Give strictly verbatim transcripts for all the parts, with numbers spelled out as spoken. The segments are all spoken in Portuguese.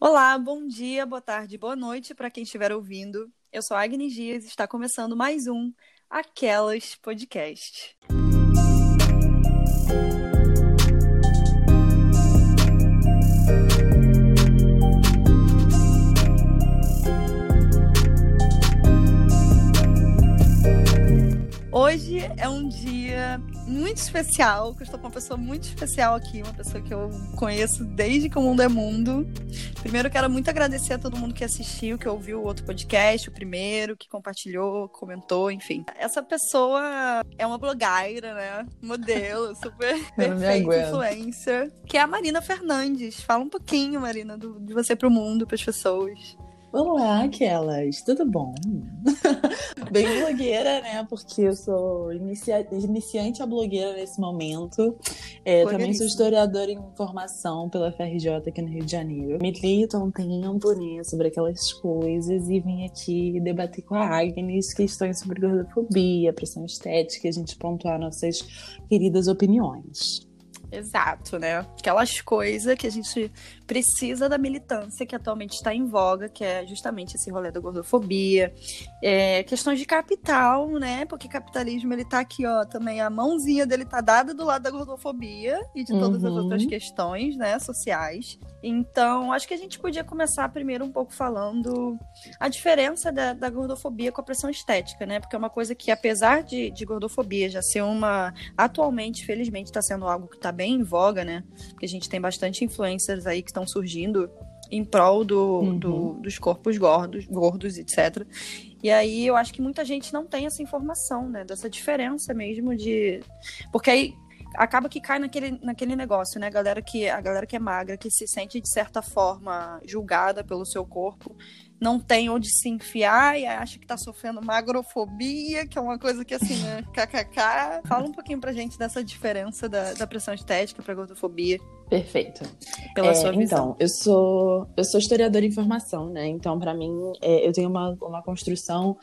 Olá, bom dia, boa tarde, boa noite para quem estiver ouvindo. Eu sou a Agnes Dias e está começando mais um Aquelas Podcast. Hoje é um dia muito especial, que eu estou com uma pessoa muito especial aqui, uma pessoa que eu conheço desde que o mundo é mundo. Primeiro, eu quero muito agradecer a todo mundo que assistiu, que ouviu o outro podcast, o primeiro, que compartilhou, comentou, enfim. Essa pessoa é uma blogueira, né? Modelo, super perfeita, influencer, que é a Marina Fernandes. Fala um pouquinho, Marina, do, de você pro mundo, pras pessoas. Olá, Aquelas, tudo bom? Bem blogueira, né? Porque eu sou inicia... iniciante a blogueira nesse momento. É, também sou historiadora em formação pela F R J aqui no Rio de Janeiro. Milito há um tempo, né, sobre aquelas coisas e vim aqui debater com a Agnes questões sobre gordofobia, pressão estética e a gente pontuar nossas queridas opiniões. Exato, né? Aquelas coisas que a gente precisa da militância que atualmente está em voga, que é justamente esse rolê da gordofobia, é, questões de capital, né? Porque capitalismo, ele tá aqui, ó, também a mãozinha dele tá dada do lado da gordofobia e de todas Uhum. as outras questões, né, sociais. Então, acho que a gente podia começar primeiro um pouco falando a diferença da, da gordofobia com a pressão estética, né? Porque é uma coisa que, apesar de, de gordofobia já ser uma... Atualmente, felizmente, está sendo algo que está bem em voga, né? Porque a gente tem bastante influencers aí que estão surgindo em prol do, uhum. do, dos corpos gordos, gordos, etcétera. E aí eu acho que muita gente não tem essa informação, né? Dessa diferença mesmo de... Porque aí acaba que cai naquele, naquele negócio, né? A galera, que, a galera que é magra, que se sente, de certa forma, julgada pelo seu corpo, não tem onde se enfiar e acha que tá sofrendo magrofobia, que é uma coisa que, assim, né? kkk. Fala um pouquinho pra gente dessa diferença da, da pressão estética pra gordofobia. Perfeito. Pela é, sua visão. Então, eu sou, eu sou historiadora em formação, né? Então, para mim, é, eu tenho uma, uma construção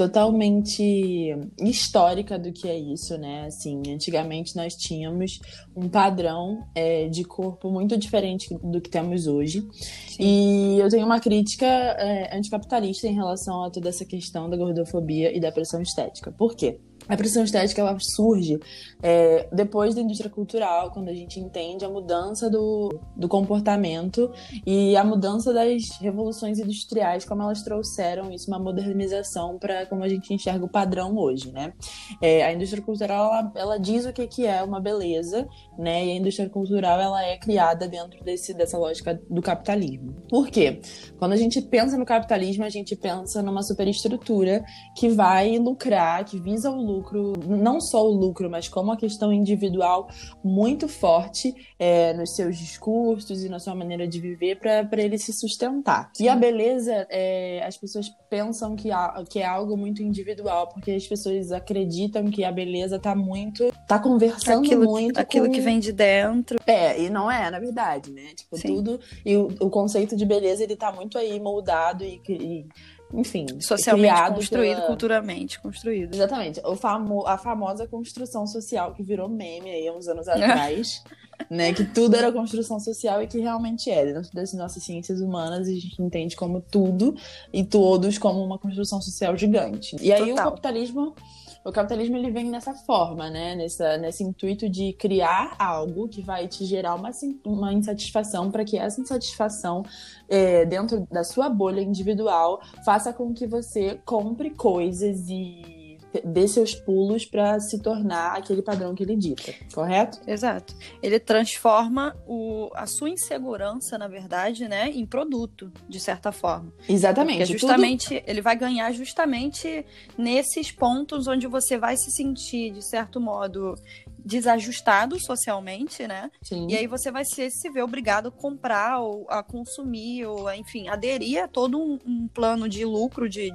totalmente histórica do que é isso, né? Assim, antigamente nós tínhamos um padrão é, de corpo muito diferente do que temos hoje. Sim. E eu tenho uma crítica é, anticapitalista em relação a toda essa questão da gordofobia e da pressão estética. Por quê? A pressão estética, ela surge é, depois da indústria cultural, quando a gente entende a mudança do, do comportamento e a mudança das revoluções industriais, como elas trouxeram isso, uma modernização para como a gente enxerga o padrão hoje, né? É, a indústria cultural, ela, ela diz o que, que é uma beleza, né? E a indústria cultural, ela é criada dentro desse, dessa lógica do capitalismo. Por quê? Quando a gente pensa no capitalismo, a gente pensa numa superestrutura que vai lucrar, que visa o lucro, lucro, não só o lucro, mas como a questão individual muito forte é, nos seus discursos e na sua maneira de viver para ele se sustentar. E a beleza, é, as pessoas pensam que, há, que é algo muito individual, porque as pessoas acreditam que a beleza tá muito, tá conversando aquilo, muito aquilo com... que vem de dentro. É, e não é, na verdade, né? Tipo, Sim. tudo... E o, o conceito de beleza, ele tá muito aí moldado e... e enfim, socialmente criado construído, pela... culturalmente construído. Exatamente. O famo... A famosa construção social que virou meme aí há uns anos atrás, né? Que tudo era construção social e que realmente é. Dentro das nossas ciências humanas, a gente entende como tudo e todos como uma construção social gigante. E aí Total. o capitalismo... O capitalismo, ele vem nessa forma, né? Nessa, nesse intuito de criar algo que vai te gerar uma, uma insatisfação, para que essa insatisfação, é, dentro da sua bolha individual, faça com que você compre coisas e dê seus pulos para se tornar aquele padrão que ele dita, correto? Exato. Ele transforma o, a sua insegurança, na verdade, né, em produto, de certa forma. Exatamente. Porque justamente, tudo... ele vai ganhar justamente nesses pontos onde você vai se sentir, de certo modo, desajustado socialmente, né? Sim. E aí você vai se, se ver obrigado a comprar ou a consumir ou, enfim, aderir a todo um, um plano de lucro, de, de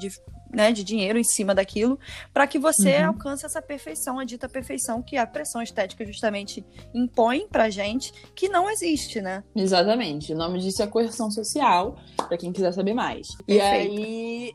né, de dinheiro em cima daquilo, para que você Uhum. alcance essa perfeição, a dita perfeição que a pressão estética justamente impõe pra gente, que não existe, né? Exatamente. O nome disso é coerção social, pra quem quiser saber mais. E Perfeito. aí.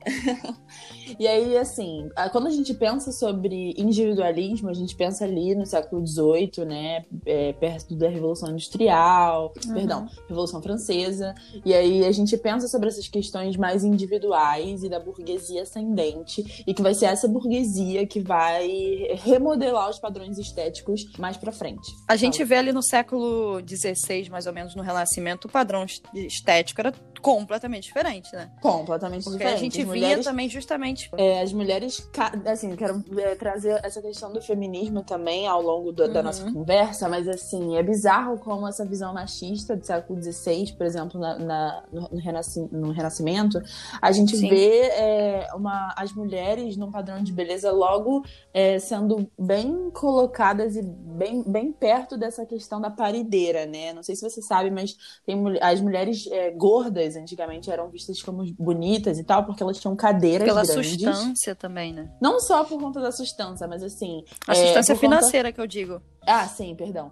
E aí, assim, quando a gente pensa sobre individualismo, a gente pensa ali no século dezoito, né? É, perto da Revolução Industrial, Uhum. perdão, Revolução Francesa. E aí a gente pensa sobre essas questões mais individuais e da burguesia ascendente, e que vai ser essa burguesia que vai remodelar os padrões estéticos mais pra frente. A gente vê ali no século dezesseis, mais ou menos, no Renascimento, o padrão estético era completamente diferente, né? Completamente Porque diferente. a gente As via mulheres... também justamente... É, as mulheres, assim, quero é, trazer essa questão do feminismo também ao longo do, Uhum. da nossa conversa, mas assim, é bizarro como essa visão machista do século dezesseis, por exemplo, na, na, no, renasci, no Renascimento, a gente Sim. vê é, uma, as mulheres num padrão de beleza logo é, sendo bem colocadas e bem, bem perto dessa questão da parideira, né? Não sei se você sabe, mas tem, as mulheres é, gordas antigamente eram vistas como bonitas e tal, porque elas tinham cadeiras Pela grandes. sustância também, né? Não só por conta da sustância, mas assim... A é, sustância por conta... financeira que eu digo. Ah, sim, perdão.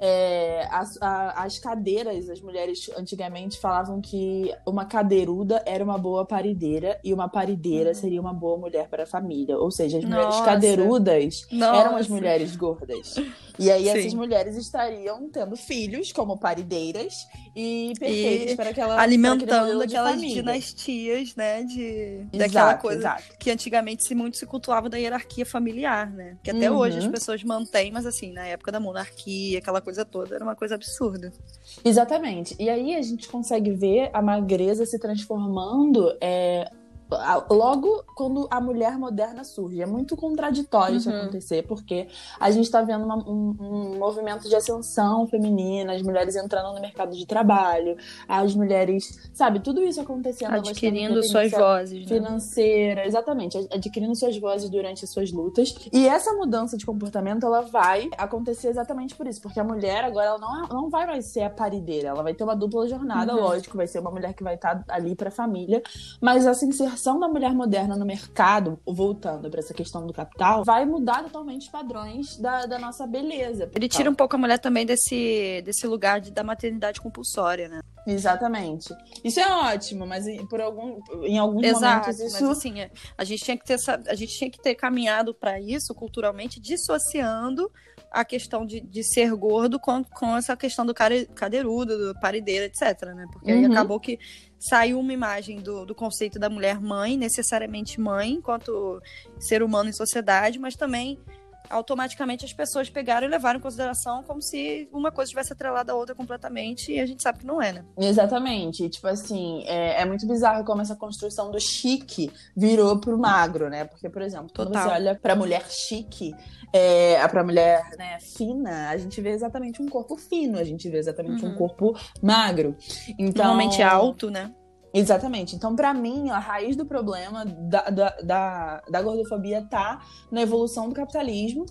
É, as, a, as cadeiras, as mulheres antigamente falavam que uma cadeiruda era uma boa parideira e uma parideira uhum. seria uma boa mulher para a família. Ou seja, as Nossa. mulheres cadeirudas Nossa. eram as mulheres gordas. E aí Sim. essas mulheres estariam tendo filhos como parideiras e perfeitas e para aquela alimentando para aquelas dinastias, né, de exato, daquela coisa exato. que antigamente se muito se cultuava da hierarquia familiar, né? Que até uhum. hoje as pessoas mantêm, mas assim, na época da monarquia, aquela coisa toda, era uma coisa absurda. Exatamente. E aí a gente consegue ver a magreza se transformando é, logo quando a mulher moderna surge. É muito contraditório uhum. isso acontecer, porque a gente está vendo uma, um, um movimento de ascensão feminina, as mulheres entrando no mercado de trabalho, as mulheres, sabe, tudo isso acontecendo. Adquirindo suas vozes. Financeira, né? Exatamente, adquirindo suas vozes durante as suas lutas. E essa mudança de comportamento, ela vai acontecer exatamente por isso, porque a mulher agora ela não, não vai mais ser a parideira, ela vai ter uma dupla jornada, uhum. lógico, vai ser uma mulher que vai estar ali para a família, mas essa inserção da mulher moderna no mercado, voltando para essa questão do capital, vai mudar totalmente os padrões da, da nossa beleza. Ele tira um pouco a mulher também desse, desse lugar de, da maternidade compulsória, né? Exatamente. Isso é ótimo, mas por algum, em alguns Exato, momentos isso... mas assim, a gente tinha que ter, a gente tinha que ter caminhado para isso culturalmente, dissociando a questão de, de ser gordo com, com essa questão do cadeirudo, do parideira, etcétera, né? Porque aí uhum. acabou que saiu uma imagem do, do conceito da mulher mãe, necessariamente mãe, enquanto ser humano em sociedade, mas também automaticamente as pessoas pegaram e levaram em consideração como se uma coisa estivesse atrelada à outra completamente, e a gente sabe que não é, né? Exatamente. Tipo assim, é, é muito bizarro como essa construção do chique virou pro magro, né? Porque, por exemplo, quando Total. você olha pra mulher chique, é, pra mulher, né, fina, a gente vê exatamente um corpo fino, a gente vê exatamente uhum. um corpo magro. Então... Normalmente alto, né? Exatamente. Então, pra mim, a raiz do problema da, da, da, da gordofobia tá na evolução do capitalismo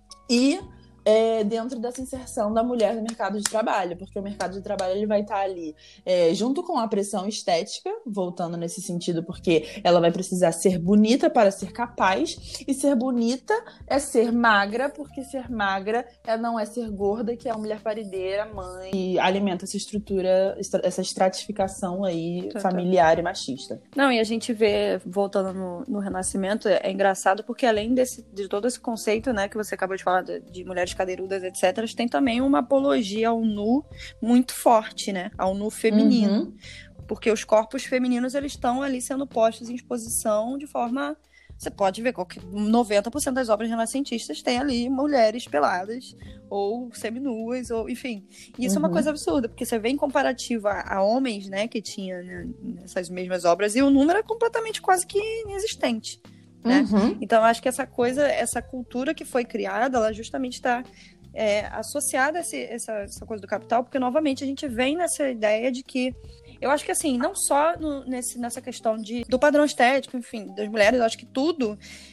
e é, dentro dessa inserção da mulher no mercado de trabalho, porque o mercado de trabalho ele vai estar ali é, junto com a pressão estética, voltando nesse sentido, porque ela vai precisar ser bonita para ser capaz, e ser bonita é ser magra, porque ser magra é, não é ser gorda, que é uma mulher parideira, mãe, e alimenta essa estrutura, essa estratificação aí tá, familiar tá. e machista. Não, e a gente vê, voltando no, no Renascimento, é engraçado porque além desse, de todo esse conceito, né, que você acabou de falar de, de mulheres cadeirudas, etcétera, tem também uma apologia ao nu muito forte, né? Ao nu feminino. Uhum. Porque os corpos femininos, eles estão ali sendo postos em exposição de forma... Você pode ver que noventa por cento das obras renascentistas tem ali mulheres peladas, ou seminuas, ou enfim. E isso uhum. é uma coisa absurda, porque você vê em comparativo a, a homens, né, que tinha né, nessas mesmas obras, e o número é completamente quase que inexistente. Né? Uhum. Então, eu acho que essa coisa, essa cultura que foi criada, ela justamente está é, associada a esse, essa, essa coisa do capital, porque, novamente, a gente vem nessa ideia de que, eu acho que, assim, não só no, nesse, nessa questão de, do padrão estético, enfim, das mulheres, eu acho que tudo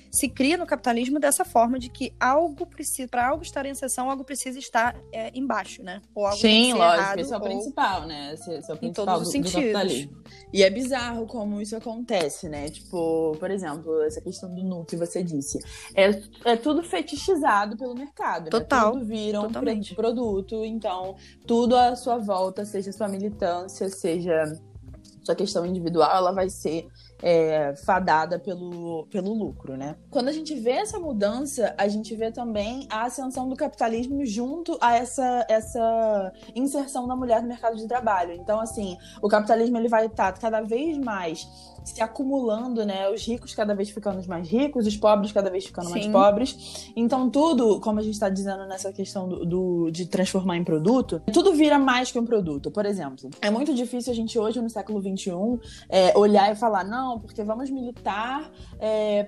se cria no capitalismo dessa forma de que algo precisa, para algo estar em exceção, algo precisa estar é, embaixo, né? Ou algo Sim, tem que ser lógico, errado, esse é o ou... principal, né? Esse, esse é o principal todos os do, do sentidos. capitalismo. E é bizarro como isso acontece, né? Tipo, por exemplo, essa questão do nu que você disse. É, é tudo fetichizado pelo mercado, Total, né? Tudo vira um totalmente. produto, então tudo à sua volta, seja sua militância, seja sua questão individual, ela vai ser é, fadada pelo, pelo lucro, né? Quando a gente vê essa mudança, a gente vê também a ascensão do capitalismo junto a essa, essa inserção da mulher no mercado de trabalho. Então, assim, o capitalismo ele vai estar cada vez mais se acumulando, né? Os ricos cada vez ficando mais ricos, os pobres cada vez ficando Sim. mais pobres. Então, tudo, como a gente está dizendo nessa questão do, do, de transformar em produto, tudo vira mais que um produto. Por exemplo, é muito difícil a gente hoje, no século vinte e um, é, olhar e falar, não, porque vamos militar é,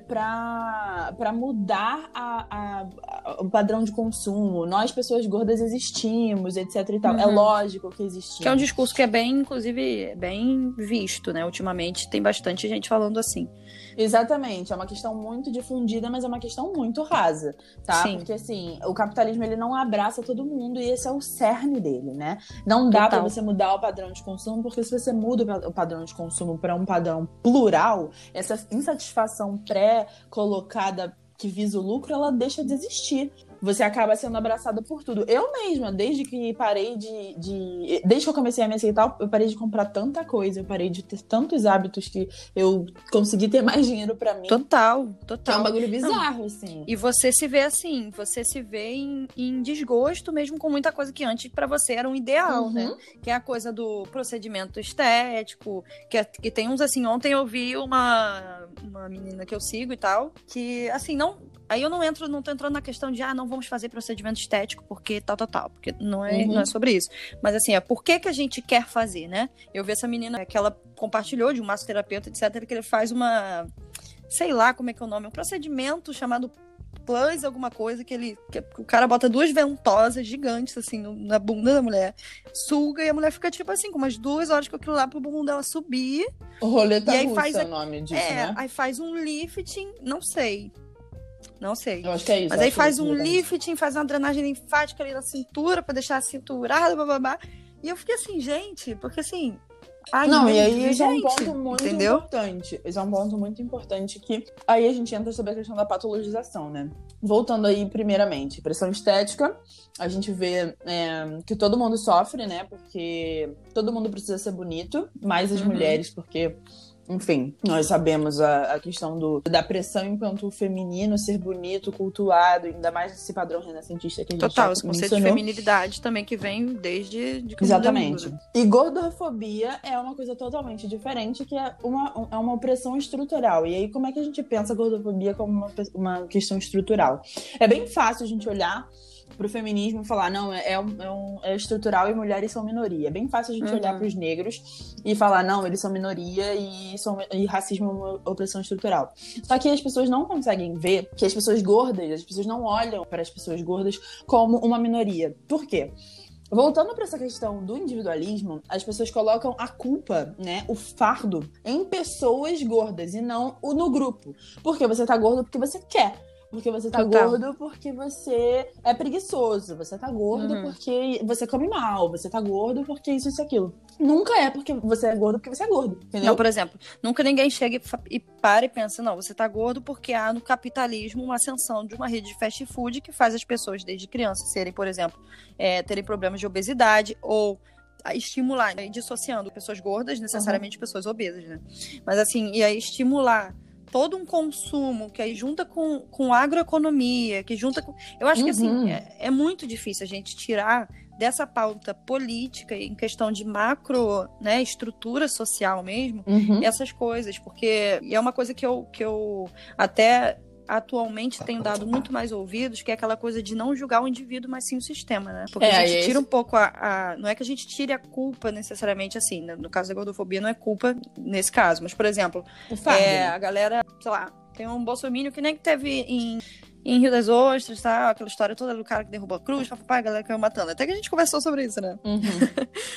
para mudar a, a, a, o padrão de consumo. Nós, pessoas gordas, existimos, etc e tal. Uhum. É lógico que existimos. Que é um discurso que é bem, inclusive, bem visto, né? Ultimamente tem bastante gente falando assim. Exatamente, é uma questão muito difundida, mas é uma questão muito rasa, tá? Sim. Porque, assim, o capitalismo, ele não abraça todo mundo e esse é o cerne dele, né? Não dá Total. Pra você mudar o padrão de consumo, porque se você muda o padrão de consumo para um padrão plural, essa insatisfação pré-colocada que visa o lucro, ela deixa de existir. Você acaba sendo abraçada por tudo. Eu mesma, desde que parei de, de... Desde que eu comecei a me aceitar, eu parei de comprar tanta coisa, eu parei de ter tantos hábitos que eu consegui ter mais dinheiro pra mim. Total, total. É um bagulho bizarro, Não. assim. E você se vê assim, você se vê em, em desgosto mesmo com muita coisa que antes pra você era um ideal, uhum. né? Que é a coisa do procedimento estético, que, é, que tem uns assim, ontem eu vi uma, uma menina que eu sigo e tal, que assim, não... Aí eu não entro, não tô entrando na questão de, ah, não vamos fazer procedimento estético porque tal, tal, tal. Porque não é, uhum. não é sobre isso. Mas assim, é por que que a gente quer fazer, né? Eu vi essa menina que ela compartilhou de um massoterapeuta, etcétera, que ele faz uma, sei lá como é que é o nome, um procedimento chamado plus alguma coisa, que ele, que o cara bota duas ventosas gigantes, assim, no, na bunda da mulher, suga e a mulher fica, tipo assim, com umas duas horas com aquilo lá pro bumbum dela subir. O roleta e aí russa faz é o nome disso, é, né? Aí faz um lifting, não sei. Não sei. Eu acho que é isso. Mas aí faz um lifting, faz uma drenagem linfática ali na cintura pra deixar a cinturada, bababá. E eu fiquei assim, gente, porque assim... Ai, não, e aí gente, isso é um ponto muito entendeu? importante. Isso é um ponto muito importante que aí a gente entra sobre a questão da patologização, né? Voltando aí, primeiramente, pressão estética, a gente vê é, que todo mundo sofre, né? Porque todo mundo precisa ser bonito, mais as uhum. mulheres, porque... Enfim, nós sabemos a, a questão do, da pressão enquanto feminino ser bonito, cultuado, ainda mais esse padrão renascentista que a gente Total, já esse conceito de feminilidade também que vem desde de que Exatamente. Mundo, né? E gordofobia é uma coisa totalmente diferente, que é uma, é uma opressão estrutural. E aí, como é que a gente pensa a gordofobia como uma, uma questão estrutural? É bem fácil a gente olhar pro feminismo e falar, não, é, é, um, é estrutural e mulheres são minoria. É bem fácil a gente uhum. olhar pros negros e falar, não, eles são minoria e, são, e racismo é uma opressão estrutural. Só que as pessoas não conseguem ver que as pessoas gordas, as pessoas não olham para as pessoas gordas como uma minoria. Por quê? Voltando para essa questão do individualismo, as pessoas colocam a culpa, né, o fardo, em pessoas gordas e não no grupo. Porque você tá gordo porque você quer. Porque você tá Total. gordo porque você é preguiçoso. Você tá gordo uhum. porque você come mal. Você tá gordo porque isso, isso e aquilo. Nunca é porque você é gordo porque você é gordo, entendeu? Não, por exemplo, nunca ninguém chega e para e pensa, não, você tá gordo porque há no capitalismo uma ascensão de uma rede de fast food que faz as pessoas desde criança serem, por exemplo, é, terem problemas de obesidade ou estimular, né, dissociando pessoas gordas necessariamente uhum. pessoas obesas, né? Mas assim, e aí estimular todo um consumo que aí junta com, com agroeconomia, que junta com... Eu acho uhum. que assim, é, é muito difícil a gente tirar dessa pauta política em questão de macro, né, estrutura social mesmo, uhum. essas coisas, porque e é uma coisa que eu, que eu até atualmente tenho dado muito mais ouvidos, que é aquela coisa de não julgar o indivíduo, mas sim o sistema, né? Porque é, a gente tira um pouco a, a... Não é que a gente tire a culpa necessariamente assim, né? No caso da gordofobia não é culpa nesse caso, mas, por exemplo, é, a galera, sei lá, tem um bolsominion que nem que teve em... em Rio das Ostras, tá? Aquela história toda do cara que derrubou a cruz, papai, a galera caiu matando. Até que a gente conversou sobre isso, né? Uhum.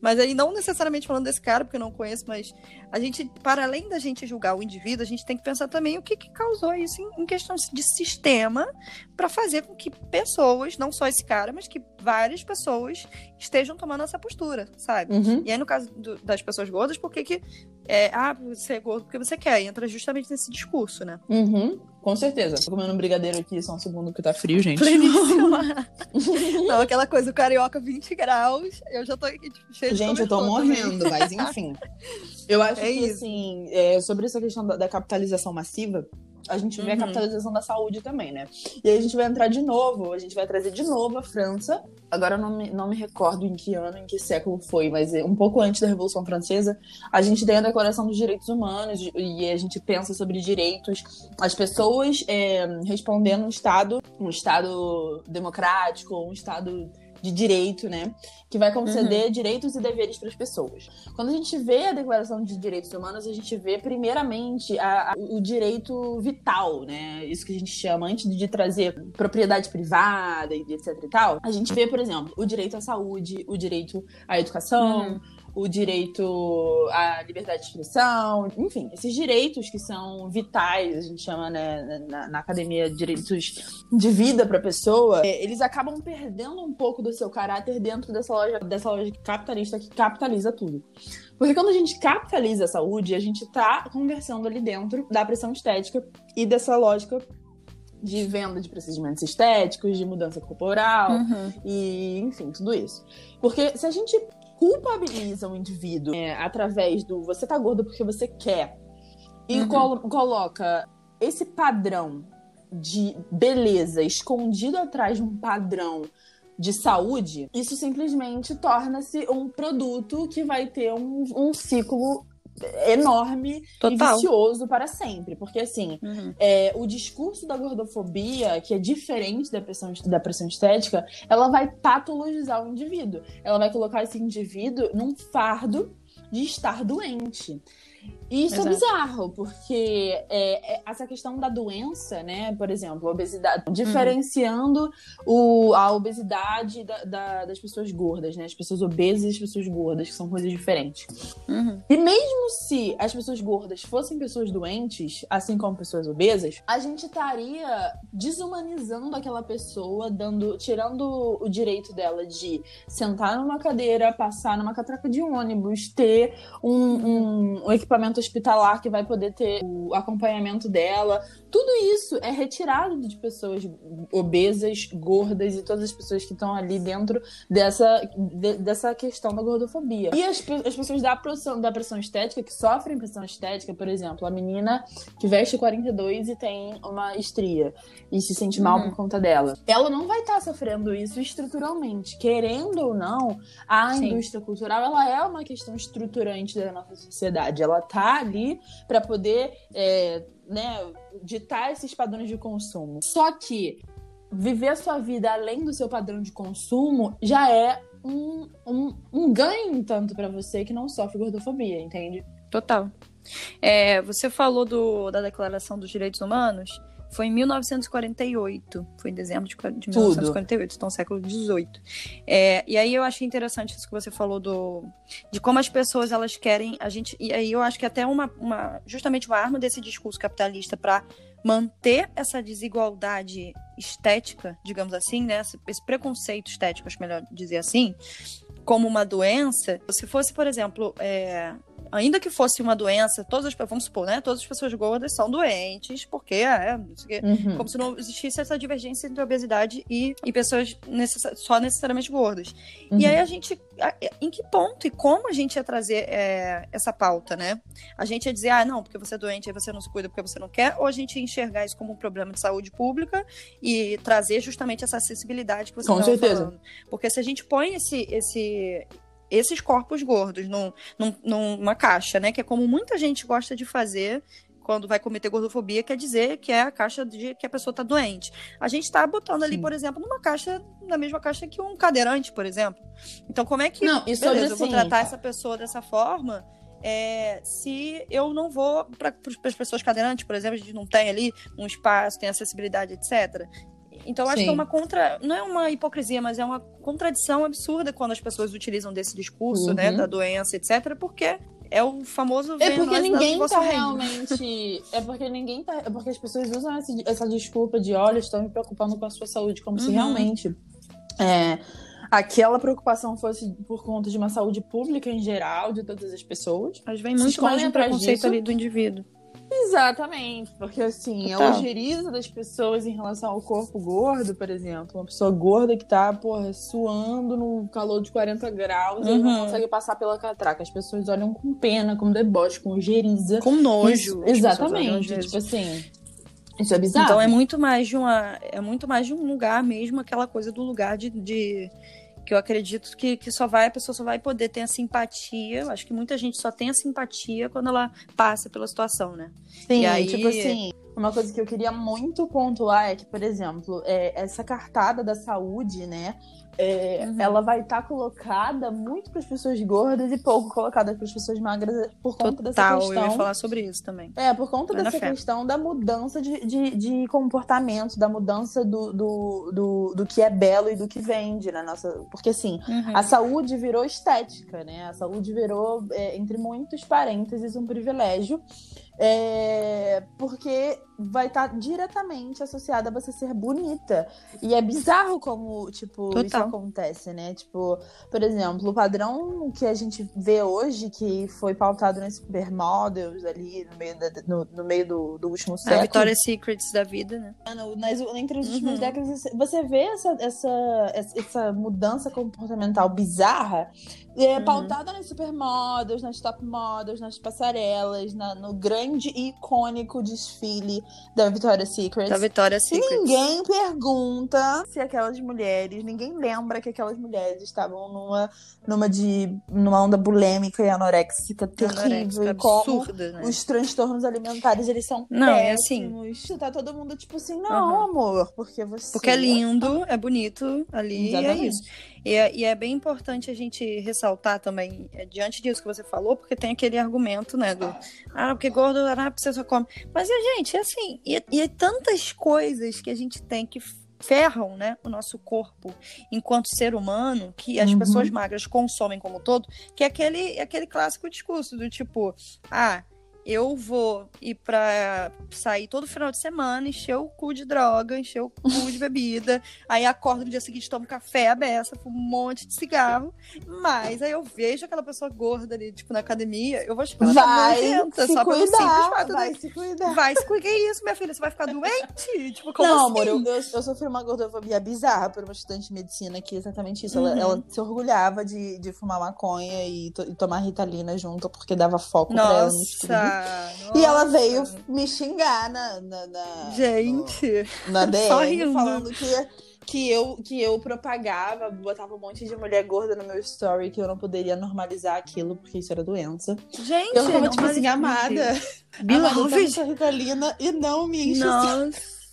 Mas aí, não necessariamente falando desse cara, porque eu não conheço, mas a gente, para além da gente julgar o indivíduo, a gente tem que pensar também o que, que causou isso em, em questão de sistema para fazer com que pessoas, não só esse cara, mas que várias pessoas estejam tomando essa postura, sabe? Uhum. E aí, no caso do, das pessoas gordas, por que que é, ah, você é gordo porque você quer? Entra justamente nesse discurso, né? Uhum, com certeza. Tô comendo um brigadeiro aqui, só um segundo que tá frio, gente. Pleníssima. Não, aquela coisa, o carioca vinte graus, eu já tô aqui, tipo, cheia de Gente, eu tô morrendo, também. Mas enfim. Eu acho é que, isso. assim, é, sobre essa questão da, da capitalização massiva, a gente vê uhum. a capitalização da saúde também, né? E aí a gente vai entrar de novo, a gente vai trazer de novo a França. Agora eu não me, não me recordo em que ano, em que século foi, mas um pouco antes da Revolução Francesa, a gente tem a Declaração dos Direitos Humanos e a gente pensa sobre direitos, as pessoas é, respondendo um Estado, um Estado democrático, um Estado de direito, né? Que vai conceder uhum. direitos e deveres para as pessoas. Quando a gente vê a Declaração de Direitos Humanos, a gente vê, primeiramente, a, a, o direito vital, né? Isso que a gente chama, antes de trazer propriedade privada e etc e tal, a gente vê, por exemplo, o direito à saúde, o direito à educação, uhum. o direito à liberdade de expressão, enfim, esses direitos que são vitais, a gente chama, né, na, na academia, direitos de vida para a pessoa, eles acabam perdendo um pouco do seu caráter dentro dessa loja, dessa loja capitalista que capitaliza tudo. Porque quando a gente capitaliza a saúde, a gente tá conversando ali dentro da pressão estética e dessa lógica de venda de procedimentos estéticos, de mudança corporal, uhum. e, enfim, tudo isso. Porque se a gente culpabiliza o indivíduo é, através do você tá gordo porque você quer e uhum. colo- coloca esse padrão de beleza escondido atrás de um padrão de saúde, isso simplesmente torna-se um produto que vai ter um, um ciclo enorme Total. E vicioso para sempre, porque assim uhum. é, o discurso da gordofobia, que é diferente da pressão, da pressão estética, ela vai patologizar o indivíduo, ela vai colocar esse indivíduo num fardo de estar doente. E isso Exato. É bizarro, porque é, é, essa questão da doença, né, por exemplo, a obesidade, diferenciando uhum. o, a obesidade da, da, das pessoas gordas, né, as pessoas obesas e as pessoas gordas, que são coisas diferentes. Uhum. E mesmo se as pessoas gordas fossem pessoas doentes, assim como pessoas obesas, a gente estaria desumanizando aquela pessoa, dando, tirando o direito dela de sentar numa cadeira, passar numa catraca de ônibus, ter um, um, um equipamento hospitalar que vai poder ter o acompanhamento dela. Tudo isso é retirado de pessoas obesas, gordas e todas as pessoas que estão ali dentro dessa, de, dessa questão da gordofobia. E as, as pessoas da pressão, da pressão estética, que sofrem pressão estética, por exemplo, a menina que veste quarenta e dois e tem uma estria e se sente mal uhum. por conta dela. Ela não vai estar sofrendo isso estruturalmente. Querendo ou não, a Sim. indústria cultural, ela é uma questão estruturante da nossa sociedade. Ela tá ali para poder é, né, ditar esses padrões de consumo. Só que viver a sua vida além do seu padrão de consumo já é um, um, um ganho tanto para você que não sofre gordofobia, entende? Total. É, você falou do, da Declaração dos Direitos Humanos. Foi em mil novecentos e quarenta e oito. Foi em dezembro de, de mil novecentos e quarenta e oito, então século dezoito. É, e aí eu achei interessante isso que você falou do, de como as pessoas elas querem a gente. E aí eu acho que até uma, uma justamente uma arma desse discurso capitalista para manter essa desigualdade estética, digamos assim, né? Esse, esse preconceito estético, acho melhor dizer assim, como uma doença. Se fosse, por exemplo, é, ainda que fosse uma doença, todas as, vamos supor, né? Todas as pessoas gordas são doentes, porque é, não sei o quê, uhum. como se não existisse essa divergência entre obesidade e, e pessoas necess, só necessariamente gordas. Uhum. E aí a gente, em que ponto e como a gente ia trazer é, essa pauta, né? A gente ia dizer, ah, não, porque você é doente, aí você não se cuida porque você não quer, ou a gente ia enxergar isso como um problema de saúde pública e trazer justamente essa acessibilidade que você estava falando. Porque se a gente põe esse, esse, esses corpos gordos num, num, numa caixa, né? Que é como muita gente gosta de fazer quando vai cometer gordofobia, quer dizer que é a caixa de que a pessoa está doente. A gente está botando ali, Sim. por exemplo, numa caixa, na mesma caixa que um cadeirante, por exemplo. Então, como é que não, isso beleza, assim, eu vou tratar essa pessoa dessa forma é, se eu não vou para as pessoas cadeirantes, por exemplo, a gente não tem ali um espaço, tem acessibilidade, etcétera. Então, acho Sim. que é uma contra... Não é uma hipocrisia, mas é uma contradição absurda quando as pessoas utilizam desse discurso, uhum. né, da doença, etcétera, porque é o famoso É porque ninguém tá reino. realmente... É porque ninguém tá... É porque as pessoas usam essa, essa desculpa de, olha, estou me preocupando com a sua saúde, como uhum. se realmente... É, aquela preocupação fosse por conta de uma saúde pública em geral, de todas as pessoas. Mas vem muito mais de um preconceito disso. ali do indivíduo. Exatamente, porque assim, Total. a ojeriza das pessoas em relação ao corpo gordo, por exemplo, uma pessoa gorda que tá, porra, suando no calor de quarenta graus uhum. e não consegue passar pela catraca. As pessoas olham com pena, com deboche, com ojeriza. Com nojo. Isso, exatamente, tipo assim... Isso é bizarro. Então é muito mais de uma, é muito mais de um lugar mesmo, aquela coisa do lugar de... de... que eu acredito que, que só vai, a pessoa só vai poder ter a simpatia. Eu acho que muita gente só tem a simpatia quando ela passa pela situação, né? Sim, e aí... tipo assim, uma coisa que eu queria muito pontuar é que, por exemplo, é, essa cartada da saúde, né? É, uhum. Ela vai estar tá colocada muito para as pessoas gordas e pouco colocada para as pessoas magras por conta Total, dessa questão. Eu ia falar sobre isso também. É, por conta Vai dessa questão da mudança de, de, de comportamento, da mudança do, do, do, do que é belo e do que vende na nossa. Porque assim, uhum. a saúde virou estética, né? A saúde virou, é, entre muitos parênteses, um privilégio. É, porque vai estar tá diretamente associada a você ser bonita. E é bizarro como, tipo, Total. isso acontece, né? Tipo, por exemplo, o padrão que a gente vê hoje, que foi pautado nas supermodels ali no meio, da, no, no meio do, do último século. A Victoria's Secrets da vida, né? Nas, entre as últimas uhum. décadas, você vê essa, essa, essa mudança comportamental bizarra é, uhum. pautada nas supermodels, nas top models, nas passarelas, na, no grande e icônico desfile da Victoria's Secret. Da Victoria's Secret. Ninguém pergunta se aquelas mulheres, ninguém lembra que aquelas mulheres estavam numa, numa, de, numa onda bulêmica e anoréxica terrível. Anoréxica, absurda, né? Os transtornos alimentares, eles são não, péssimos. É assim. Tá todo mundo tipo assim, não, uhum. amor, porque você... Porque é lindo, é bonito ali, Exatamente. E é isso. E é, e é bem importante a gente ressaltar também, é, diante disso que você falou, porque tem aquele argumento, né, do, ah, porque gordo, ah, você só come. Mas, e, gente, é assim, e, e é tantas coisas que a gente tem que ferram, né, o nosso corpo enquanto ser humano, que as uhum. pessoas magras consomem como todo, que é aquele, aquele clássico discurso do tipo, ah, eu vou ir pra sair todo final de semana, encher o cu de droga, encher o cu de bebida, aí acordo no dia seguinte, tomo café à beça, fumo um monte de cigarro, mas aí eu vejo aquela pessoa gorda ali, tipo, na academia, eu vou tipo, vai se só cuidar, simples fato vai de... se cuidar. Vai se cuidar, que isso, minha filha, você vai ficar doente? Tipo, como Não, assim? amor, eu, eu, eu sofri uma gordofobia bizarra por uma estudante de medicina que é exatamente isso, uhum. ela, ela se orgulhava de, de fumar maconha e, to, e tomar Ritalina junto, porque dava foco Nossa, pra ela no estudo. Nossa. E ela veio me xingar na, na, na, Gente, no, na D M, falando que, que, eu, que eu propagava, botava um monte de mulher gorda no meu story, que eu não poderia normalizar aquilo, porque isso era doença. Gente, eu tava tipo assim, amada, amada, essa Ritalina e não me enche Nossa,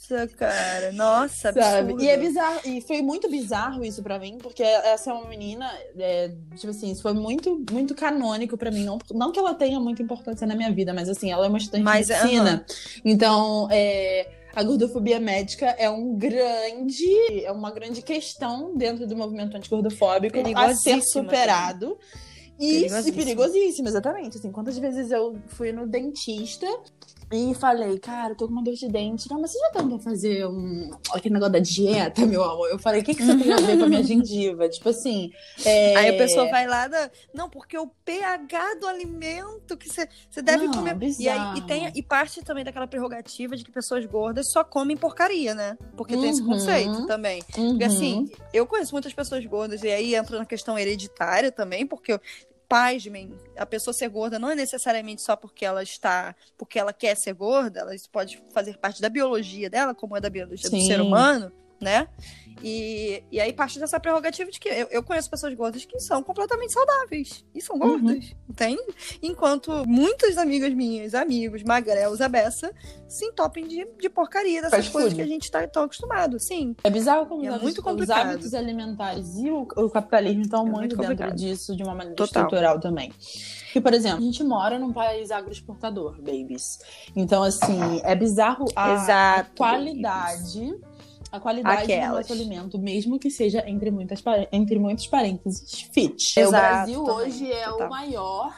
cara, nossa, sabe? absurdo. E é bizarro, e foi muito bizarro isso pra mim, porque essa é uma menina, é, tipo assim, isso foi muito, muito canônico pra mim, não, não que ela tenha muita importância na minha vida, mas assim, ela é uma estudante mas, de medicina, uh-huh. então, é, a gordofobia médica é um grande, é uma grande questão dentro do movimento antigordofóbico a ser superado. E perigosíssimo. E perigosíssimo, exatamente. Assim, quantas vezes eu fui no dentista e falei, cara, eu tô com uma dor de dente. Não, mas você já tentou fazer um... aquele negócio da dieta, meu amor? Eu falei, o que, que você tem a ver com a minha gengiva? Tipo assim... É... Aí a pessoa vai lá, da... não, porque o pH do alimento que você, você deve não, comer... Bizarro. E, aí, e, tem, e parte também daquela prerrogativa de que pessoas gordas só comem porcaria, né? Porque uhum. tem esse conceito também. Uhum. Porque assim, eu conheço muitas pessoas gordas, e aí entra na questão hereditária também, porque... Eu... pasmem, a pessoa ser gorda não é necessariamente só porque ela está, porque ela quer ser gorda, ela isso pode fazer parte da biologia dela, como é da biologia Sim. do ser humano, né? E, e aí parte dessa prerrogativa de que eu, eu conheço pessoas gordas que são completamente saudáveis e são gordas, uhum. entende? Enquanto muitas amigas minhas, amigos, magrelos, a beça, se entopem de, de porcaria dessas Fast coisas food. que a gente tá tão acostumado, sim. É bizarro como é os, muito os hábitos alimentares e o, o capitalismo estão é muito, muito dentro disso de uma maneira Total. estrutural também. Porque, por exemplo, a gente mora num país agroexportador, babies. Então, assim, é bizarro a, Exato, a qualidade... a qualidade Aquelas. do nosso alimento, mesmo que seja entre, muitas, entre muitos parênteses, fit. Exato, o Brasil também, hoje é total. o maior,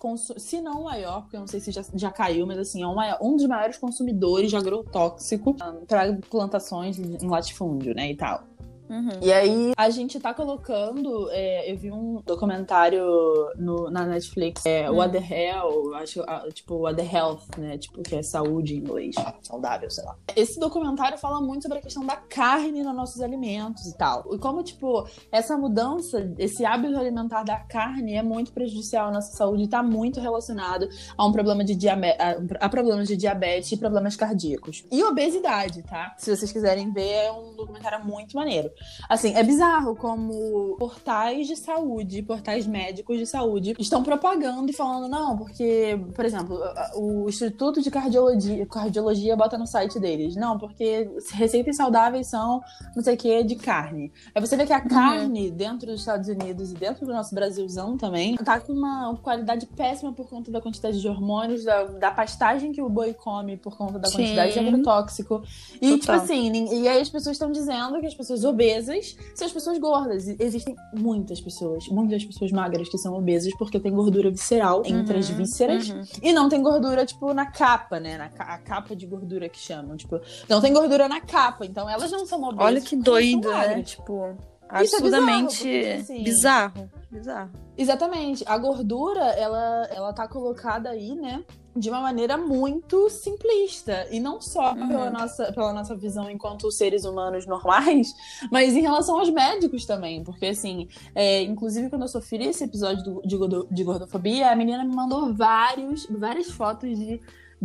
se não o maior, porque eu não sei se já, já caiu, mas assim, é um, maior, um dos maiores consumidores de agrotóxico um, para plantações em latifúndio, né, e tal. Uhum. E aí, a gente tá colocando... É, eu vi um documentário no, na Netflix, é, Hum. What the Hell, acho, tipo, What the Health, né? Tipo, que é saúde em inglês. Saudável, sei lá. Esse documentário fala muito sobre a questão da carne nos nossos alimentos e tal. E como, tipo, essa mudança, esse hábito alimentar da carne é muito prejudicial à nossa saúde e tá muito relacionado a um problema de diabetes, a, a problemas de diabetes e problemas cardíacos. E obesidade, tá? Se vocês quiserem ver, é um documentário muito maneiro. Assim, é bizarro como portais de saúde, portais médicos de saúde estão propagando e falando, não, porque, por exemplo, o Instituto de Cardiologia, Cardiologia bota no site deles, não, porque receitas saudáveis são não sei o que de carne. Aí você vê que a Uhum. carne dentro dos Estados Unidos e dentro do nosso Brasilzão também tá com uma qualidade péssima por conta da quantidade de hormônios, da, da pastagem que o boi come por conta da quantidade Sim. de agrotóxico. E, Total. tipo assim, e aí as pessoas estão dizendo que as pessoas obesas são as pessoas gordas. Existem muitas pessoas, muitas pessoas magras que são obesas porque tem gordura visceral entre Uhum, as vísceras uhum. e não tem gordura, tipo, na capa, né? Na ca- a capa de gordura que chamam. Tipo, não tem gordura na capa. Então elas não são obesas. Olha que porque elas são doido, né? magras. Tipo, Isso é absurdamente bizarro, porque, assim, bizarro. Bizarro. Exatamente. A gordura, ela, ela tá colocada aí, né? De uma maneira muito simplista. E não só Uhum. pela, nossa, pela nossa visão enquanto seres humanos normais, mas em relação aos médicos também. Porque, assim, é, inclusive quando eu sofri esse episódio do, de, gordo, de gordofobia, a menina me mandou vários, várias fotos de...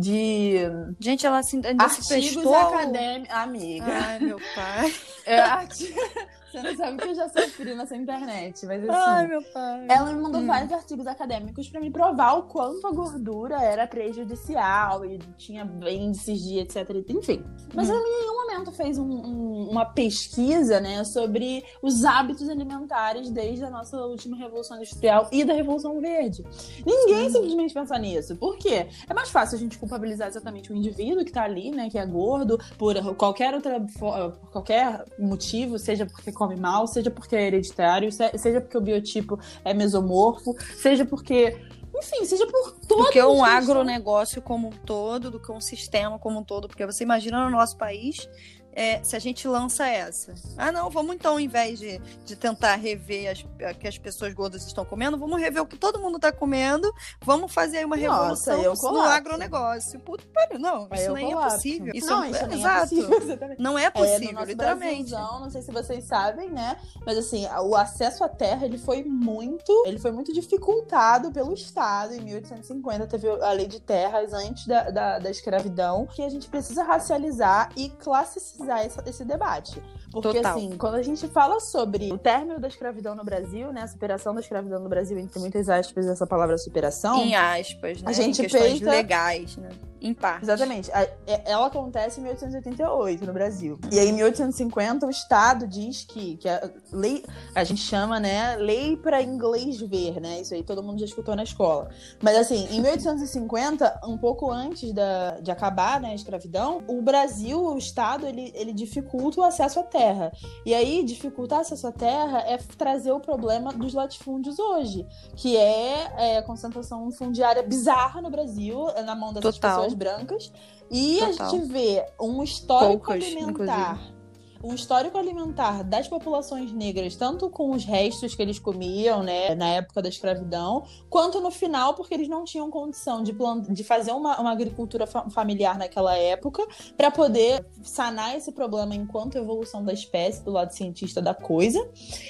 de Gente, ela assim, ainda se artigos prestou... acadêmicos. Amiga. Ai, meu pai. É, arti- Você não sabe que eu já sofri nessa internet, mas assim... Ai, meu pai. Ela me mandou Hum. vários artigos acadêmicos pra me provar o quanto a gordura era prejudicial e tinha índices de etc. Enfim. Mas Hum. ela em nenhum momento fez um, um, uma pesquisa, né, sobre os hábitos alimentares desde a nossa última Revolução Industrial e da Revolução Verde. Ninguém Hum. simplesmente pensa nisso. Por quê? É mais fácil a gente culpabilizar exatamente o indivíduo que tá ali, né, que é gordo, por qualquer outra por qualquer motivo, seja porque come mal, seja porque é hereditário, seja porque o biotipo é mesomorfo, seja porque... Enfim, seja por todo do que um agronegócio como um todo, do que um sistema como um todo. Porque você imagina no nosso país, é, se a gente lança essa. Ah, não, vamos então, ao invés de, de tentar rever as, que as pessoas gordas estão comendo, vamos rever o que todo mundo está comendo, vamos fazer aí uma Nossa, revolução eu no colapso. agronegócio. Puta que pariu, não, Aí isso eu nem colapso. é possível. Isso não, é, isso nem exato. é possível, exatamente. Não é É, possível, no nosso literalmente. Brasilzão, não sei se vocês sabem, né? Mas assim, o acesso à terra, ele foi muito, ele foi muito dificultado pelo Estado. Em mil oitocentos e cinquenta teve a lei de terras antes da, da, da escravidão, que a gente precisa racializar e classicizar esse, esse debate. Porque, Total. assim, quando a gente fala sobre o término da escravidão no Brasil, né? A superação da escravidão no Brasil, entre muitas aspas, essa palavra superação. Em aspas, né? A gente em questões pensa- legais, né? Em parte. Exatamente. A- é- Ela acontece em mil oitocentos e oitenta e oito no Brasil. E aí, em mil oitocentos e cinquenta, o Estado diz que, que a lei, a gente chama, né, lei para inglês ver, né? Isso aí todo mundo já escutou na escola. Mas assim, em mil oitocentos e cinquenta, um pouco antes da, de acabar, né, a escravidão, o Brasil, o Estado, ele, ele dificulta o acesso à terra. E aí, dificultar o acesso à terra é trazer o problema dos latifúndios hoje, que é, é a concentração fundiária bizarra no Brasil, na mão dessas Total. pessoas brancas. E Total. a gente vê um histórico Poucas, alimentar. Um histórico alimentar das populações negras, tanto com os restos que eles comiam, né, na época da escravidão, quanto no final, porque eles não tinham condição de, plant... de fazer uma, uma agricultura fa- familiar naquela época, para poder sanar esse problema enquanto evolução da espécie, do lado cientista da coisa.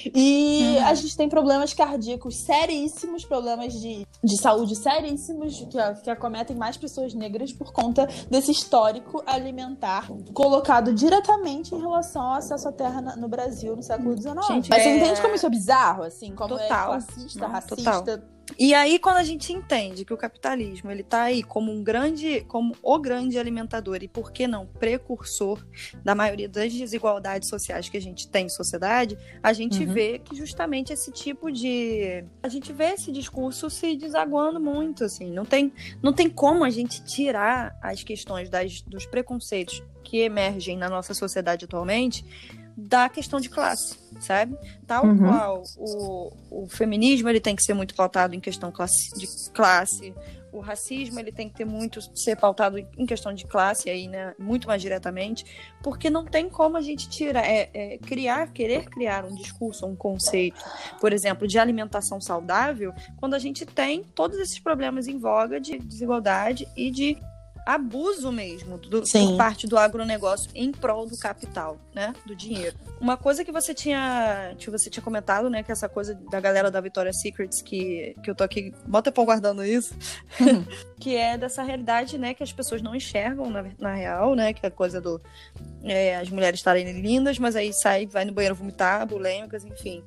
E Uhum. a gente tem problemas cardíacos seríssimos, problemas de, de saúde seríssimos, que, que acometem mais pessoas negras por conta desse histórico alimentar colocado diretamente em relação ao acesso à terra na- no Brasil no século dezenove. Gente, Mas você é- entende como isso é bizarro? Assim, como Total. é classista, Não, racista, total. E aí, quando a gente entende que o capitalismo ele tá aí como um grande, como o grande alimentador e, por que não, precursor da maioria das desigualdades sociais que a gente tem em sociedade, a gente uhum. vê que justamente esse tipo de... A gente vê esse discurso se desaguando muito, assim. Não tem, não tem como a gente tirar as questões das, dos preconceitos que emergem na nossa sociedade atualmente da questão de classe, sabe? Tal uhum. qual o, o feminismo ele tem que ser muito pautado em questão classe, de classe, o racismo ele tem que ter muito ser pautado em questão de classe aí, né? Muito mais diretamente, porque não tem como a gente tirar, é, é, criar, querer criar um discurso, um conceito, por exemplo, de alimentação saudável, quando a gente tem todos esses problemas em voga de desigualdade e de abuso mesmo do, por parte do agronegócio em prol do capital, né, do dinheiro. Uma coisa que você tinha que você tinha comentado, né, que essa coisa da galera da Victoria's Secrets, que, que eu tô aqui mó tempão guardando isso, uhum. que é dessa realidade, né, que as pessoas não enxergam na, na real, né, que é a coisa do é, as mulheres estarem lindas, mas aí sai, vai no banheiro vomitar, bulêmicas, enfim.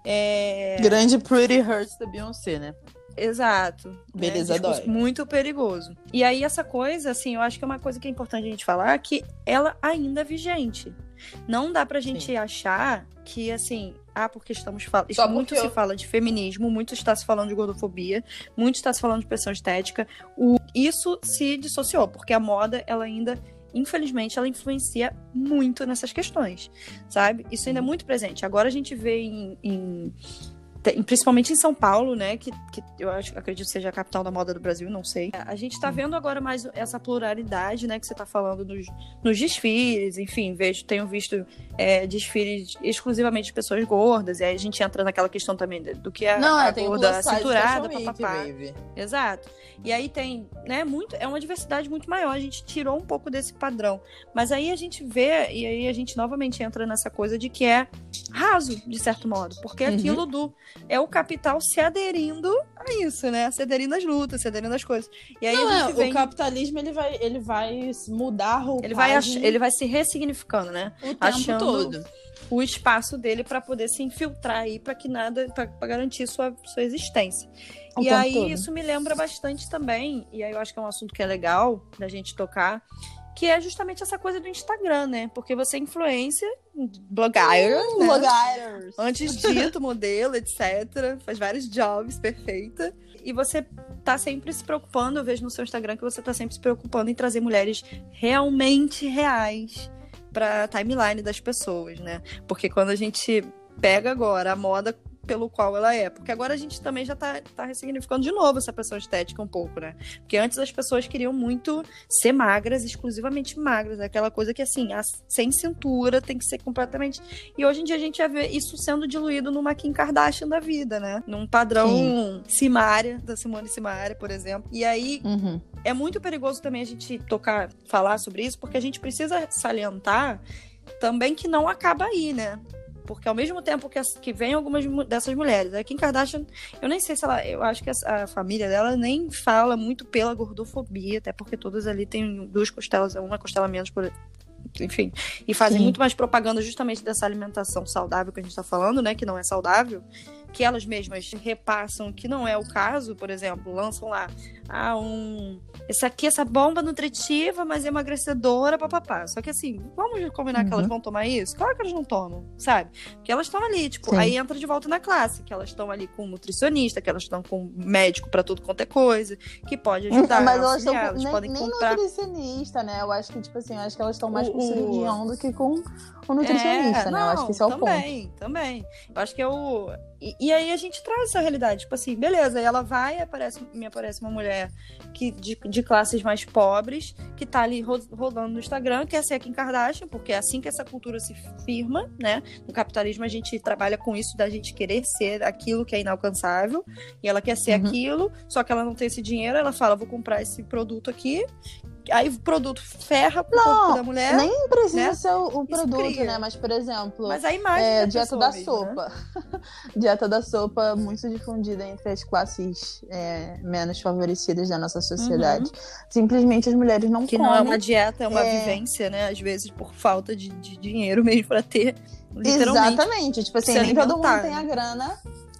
É... Grande Pretty Hurts da Beyoncé, né? Exato. Beleza, né? dói. Muito perigoso. E aí essa coisa, assim, eu acho que é uma coisa que é importante a gente falar, que ela ainda é vigente. Não dá pra gente Sim. achar que, assim, ah, porque estamos falando... Isso muito eu... se fala de feminismo, muito está se falando de gordofobia, muito está se falando de pressão estética. O... Isso se dissociou, porque a moda, ela ainda... Infelizmente, ela influencia muito nessas questões, sabe? Isso ainda é muito presente. Agora a gente vê em... em... principalmente em São Paulo, né, que, que eu acho, acredito seja a capital da moda do Brasil, não sei. A gente tá vendo agora mais essa pluralidade, né, que você tá falando nos, nos desfiles, enfim, vejo, tenho visto é, desfiles exclusivamente de pessoas gordas, e aí a gente entra naquela questão também do que é não, a tem gorda cinturada, papapá. Exato. E aí tem, né, muito, é uma diversidade muito maior, a gente tirou um pouco desse padrão. Mas aí a gente vê, e aí a gente novamente entra nessa coisa de que é raso, de certo modo, porque é aquilo uhum. do é o capital se aderindo a isso, né? Se aderindo às lutas, se aderindo às coisas. E aí não, a gente é, vem... O capitalismo, ele vai, ele vai mudar a roupagem... Ele vai, ach... ele vai se ressignificando, né? O tempo achando todo. O espaço dele para poder se infiltrar aí, para que nada... para garantir sua, sua existência. O e aí todo. Isso me lembra bastante também, e aí eu acho que é um assunto que é legal da gente tocar, que é justamente essa coisa do Instagram, né? Porque você é influência, blogueira, hum, né? blogueiros. Antes dito, modelo, etcétera. Faz vários jobs, perfeita. E você tá sempre se preocupando, eu vejo no seu Instagram que você tá sempre se preocupando em trazer mulheres realmente reais pra timeline das pessoas, né? Porque quando a gente pega agora a moda pelo qual ela é. Porque agora a gente também já tá, tá ressignificando de novo essa pressão estética um pouco, né? Porque antes as pessoas queriam muito ser magras, exclusivamente magras. Aquela coisa que, assim, a, sem cintura tem que ser completamente... E hoje em dia a gente já vê isso sendo diluído numa Kim Kardashian da vida, né? Num padrão Sim. Simária, da Simone Simaria, por exemplo. E aí... Uhum. É muito perigoso também a gente tocar, falar sobre isso, porque a gente precisa salientar também que não acaba aí, né? Porque ao mesmo tempo que, as, que vem algumas dessas mulheres, a Kim Kardashian, eu nem sei se ela, eu acho que a, a família dela nem fala muito pela gordofobia, até porque todas ali têm duas costelas, uma costela menos por... Enfim, e fazem Sim. muito mais propaganda justamente dessa alimentação saudável que a gente tá falando, né, que não é saudável, que elas mesmas repassam que não é o caso, por exemplo, lançam lá, ah, um... Esse aqui, essa bomba nutritiva, mas emagrecedora, papapá. Só que assim, vamos combinar uhum. que elas vão tomar isso? Claro que elas não tomam, sabe? Porque elas estão ali, tipo, Sim. aí entra de volta na classe, que elas estão ali com um nutricionista, que elas estão com um médico pra tudo quanto é coisa, que pode ajudar. Mas elas estão com elas nem, podem nem comprar... nutricionista, né? Eu acho que, tipo assim, eu acho que elas estão mais o, com o cirurgião do que com o é, nutricionista, né? Não, eu acho que esse é o também, ponto. Também, também. Eu acho que é o... E, e aí a gente traz essa realidade, tipo assim, beleza, aí ela vai e aparece, me aparece uma mulher que, de, de classes mais pobres, que tá ali ro- rodando no Instagram, quer ser a Kim Kardashian, porque é assim que essa cultura se firma, né? No capitalismo a gente trabalha com isso da gente querer ser aquilo que é inalcançável, e ela quer ser uhum. aquilo, só que ela não tem esse dinheiro, ela fala, vou comprar esse produto aqui, aí o produto ferra pro não, corpo da mulher. Nem precisa né? ser o, o produto, né? Mas, por exemplo, Mas a imagem é, da dieta da mesmo, sopa. Né? Dieta da sopa muito difundida entre as classes é, menos favorecidas da nossa sociedade. Uhum. Simplesmente as mulheres não que comem. Que não é uma dieta, é uma é... vivência, né? Às vezes por falta de, de dinheiro mesmo pra ter, literalmente. Exatamente. Tipo assim, nem todo mundo tem a grana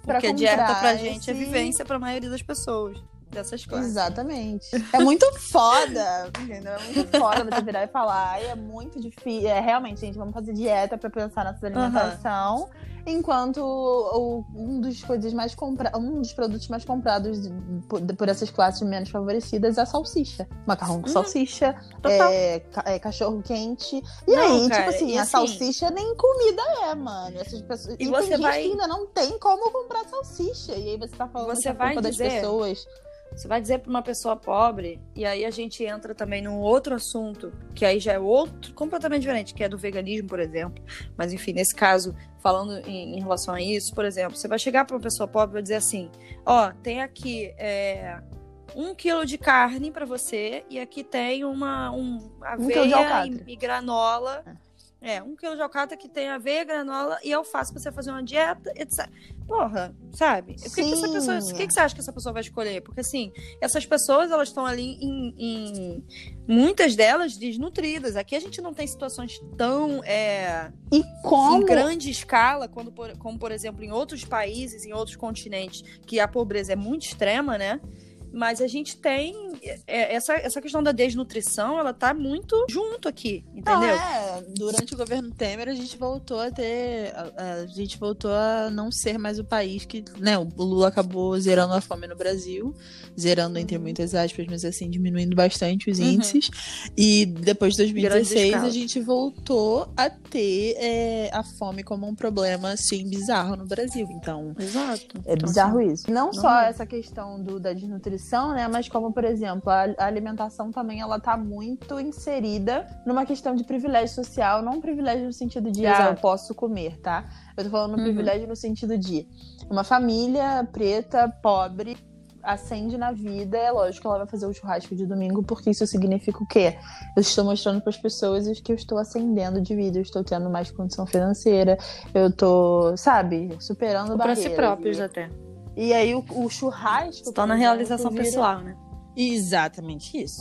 Porque comprar dieta pra gente esse... é vivência pra maioria das pessoas. Dessas classes. Exatamente. É muito foda, entendeu? É muito foda você virar e falar. Ai, é muito difícil. É, realmente, gente, vamos fazer dieta pra pensar nessa alimentação. Uhum. Enquanto o, um dos coisas mais compra... um dos produtos mais comprados por, por essas classes menos favorecidas é a salsicha. Macarrão com uhum. salsicha, é, é, cachorro quente. E não, aí, cara, tipo assim, a assim... salsicha nem comida é, mano. Essas pessoas... E, e você tem vai... gente que ainda não tem como comprar salsicha. E aí você tá falando você que é culpa das pessoas. Você vai dizer para uma pessoa pobre, e aí a gente entra também num outro assunto, que aí já é outro, completamente diferente, que é do veganismo, por exemplo. Mas enfim, nesse caso, falando em, em relação a isso, por exemplo, você vai chegar para uma pessoa pobre e vai dizer assim, ó, tem aqui é, um quilo de carne para você, e aqui tem uma um, aveia um e, e granola... É, um quilo de alcatra que tem aveia, granola e alface pra você fazer uma dieta, etcétera. Porra, sabe? Por que, que, essa pessoa, o que, que você acha que essa pessoa vai escolher? Porque, assim, essas pessoas, elas estão ali em, em... Muitas delas desnutridas. Aqui a gente não tem situações tão... É, e como? Em grande escala, quando, por, como, por exemplo, em outros países, em outros continentes, que a pobreza é muito extrema, né? Mas a gente tem essa, essa questão da desnutrição, ela tá muito junto aqui, entendeu? Não, é, durante o governo Temer a gente voltou a ter a, a gente voltou a não ser mais o país que, né, o Lula acabou zerando a fome no Brasil, zerando entre muitas aspas, mas assim, diminuindo bastante os índices, uhum. E depois de dois mil e dezesseis a gente voltou a ter é, a fome como um problema, assim, bizarro no Brasil, então... Exato. É então, bizarro assim, isso. Não, não só é. Essa questão do, da desnutrição, né? Mas como, por exemplo, a, a alimentação também, ela tá muito inserida numa questão de privilégio social, não um privilégio no sentido de, Exato. ah, eu posso comer, tá? Eu tô falando no uhum. privilégio no sentido de uma família preta, pobre, ascende na vida, é lógico que ela vai fazer o churrasco de domingo, porque isso significa o quê? Eu estou mostrando para as pessoas que eu estou ascendendo de vida, eu estou tendo mais condição financeira, eu tô, sabe, superando barreiras. Para si próprios, até. E aí o, o churrasco... Só na realização vira... pessoal, né? Exatamente isso.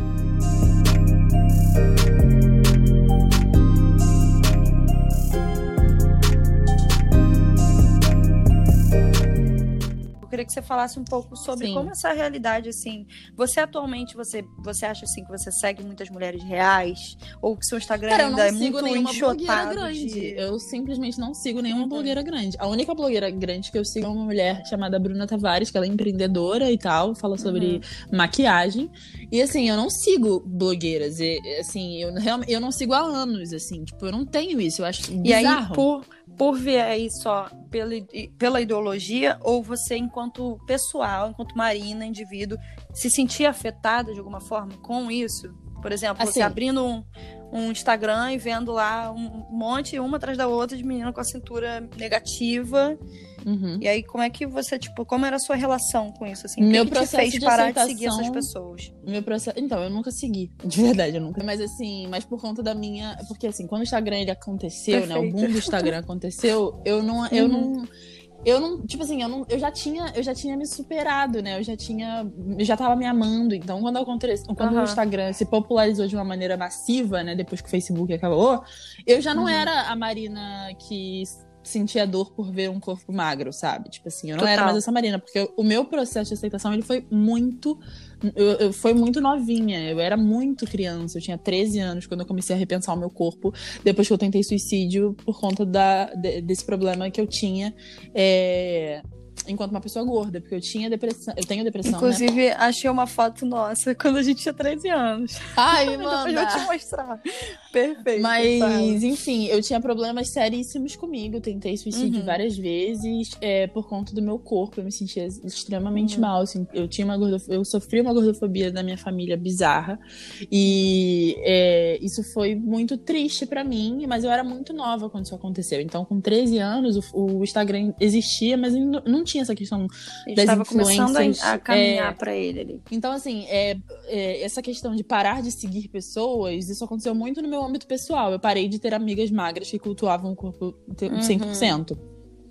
Eu queria que você falasse um pouco sobre Sim. como essa realidade, assim... Você atualmente, você, você acha assim que você segue muitas mulheres reais? Ou que seu Instagram Cara, ainda é muito enxotado? Grande. De... Eu simplesmente não sigo nenhuma uhum. blogueira grande. A única blogueira grande que eu sigo é uma mulher chamada Bruna Tavares, que ela é empreendedora e tal, fala sobre uhum. maquiagem. E assim, eu não sigo blogueiras. E, assim, eu, realmente, eu não sigo há anos, assim. Tipo, eu não tenho isso. Eu acho bizarro. E aí, por... por viés só pela, pela ideologia, ou você, enquanto pessoal, enquanto Marina, indivíduo, se sentia afetada de alguma forma com isso? Por exemplo, assim, você abrindo um, um Instagram e vendo lá um monte, uma atrás da outra, de menina com a cintura negativa. Uhum. E aí, como é que você, tipo, como era a sua relação com isso? Assim? Meu o que, que te fez de parar aceitação, de seguir essas pessoas? Meu processo... Então, eu nunca segui. De verdade, eu nunca. Mas assim, mas por conta da minha... Porque assim, quando o Instagram ele aconteceu, Perfeito. né? O boom do Instagram aconteceu, eu não... Eu uhum. não... Eu não, tipo assim, eu, não, eu, já tinha, eu já tinha me superado, né? Eu já tinha, eu já tava me amando. Então, quando, acontece, quando uhum. o Instagram se popularizou de uma maneira massiva, né? Depois que o Facebook acabou, eu já não uhum. era a Marina que sentia dor por ver um corpo magro, sabe? Tipo assim, eu não Total. era mais essa Marina. Porque o meu processo de aceitação, ele foi muito... Eu, eu foi muito novinha, eu era muito criança, eu tinha treze anos quando eu comecei a repensar o meu corpo, depois que eu tentei suicídio por conta da, de, desse problema que eu tinha é, enquanto uma pessoa gorda, porque eu tinha depressão, eu tenho depressão, Inclusive, né? achei uma foto nossa quando a gente tinha treze anos. Ai, mano. Eu vou te mostrar. Perfeito. Mas, sabe? Enfim, eu tinha problemas seríssimos comigo. Eu tentei suicídio uhum. várias vezes é, por conta do meu corpo. Eu me sentia extremamente uhum. mal. Assim, eu tinha uma gordof... eu sofri uma gordofobia da minha família bizarra. E é, isso foi muito triste pra mim, mas eu era muito nova quando isso aconteceu. Então, com treze anos, o, o Instagram existia, mas não tinha essa questão das estava influências. Começando a, a caminhar é... pra ele ali. Então, assim, é, é, essa questão de parar de seguir pessoas, isso aconteceu muito no meu âmbito pessoal. Eu parei de ter amigas magras que cultuavam o corpo cem por cento. Uhum.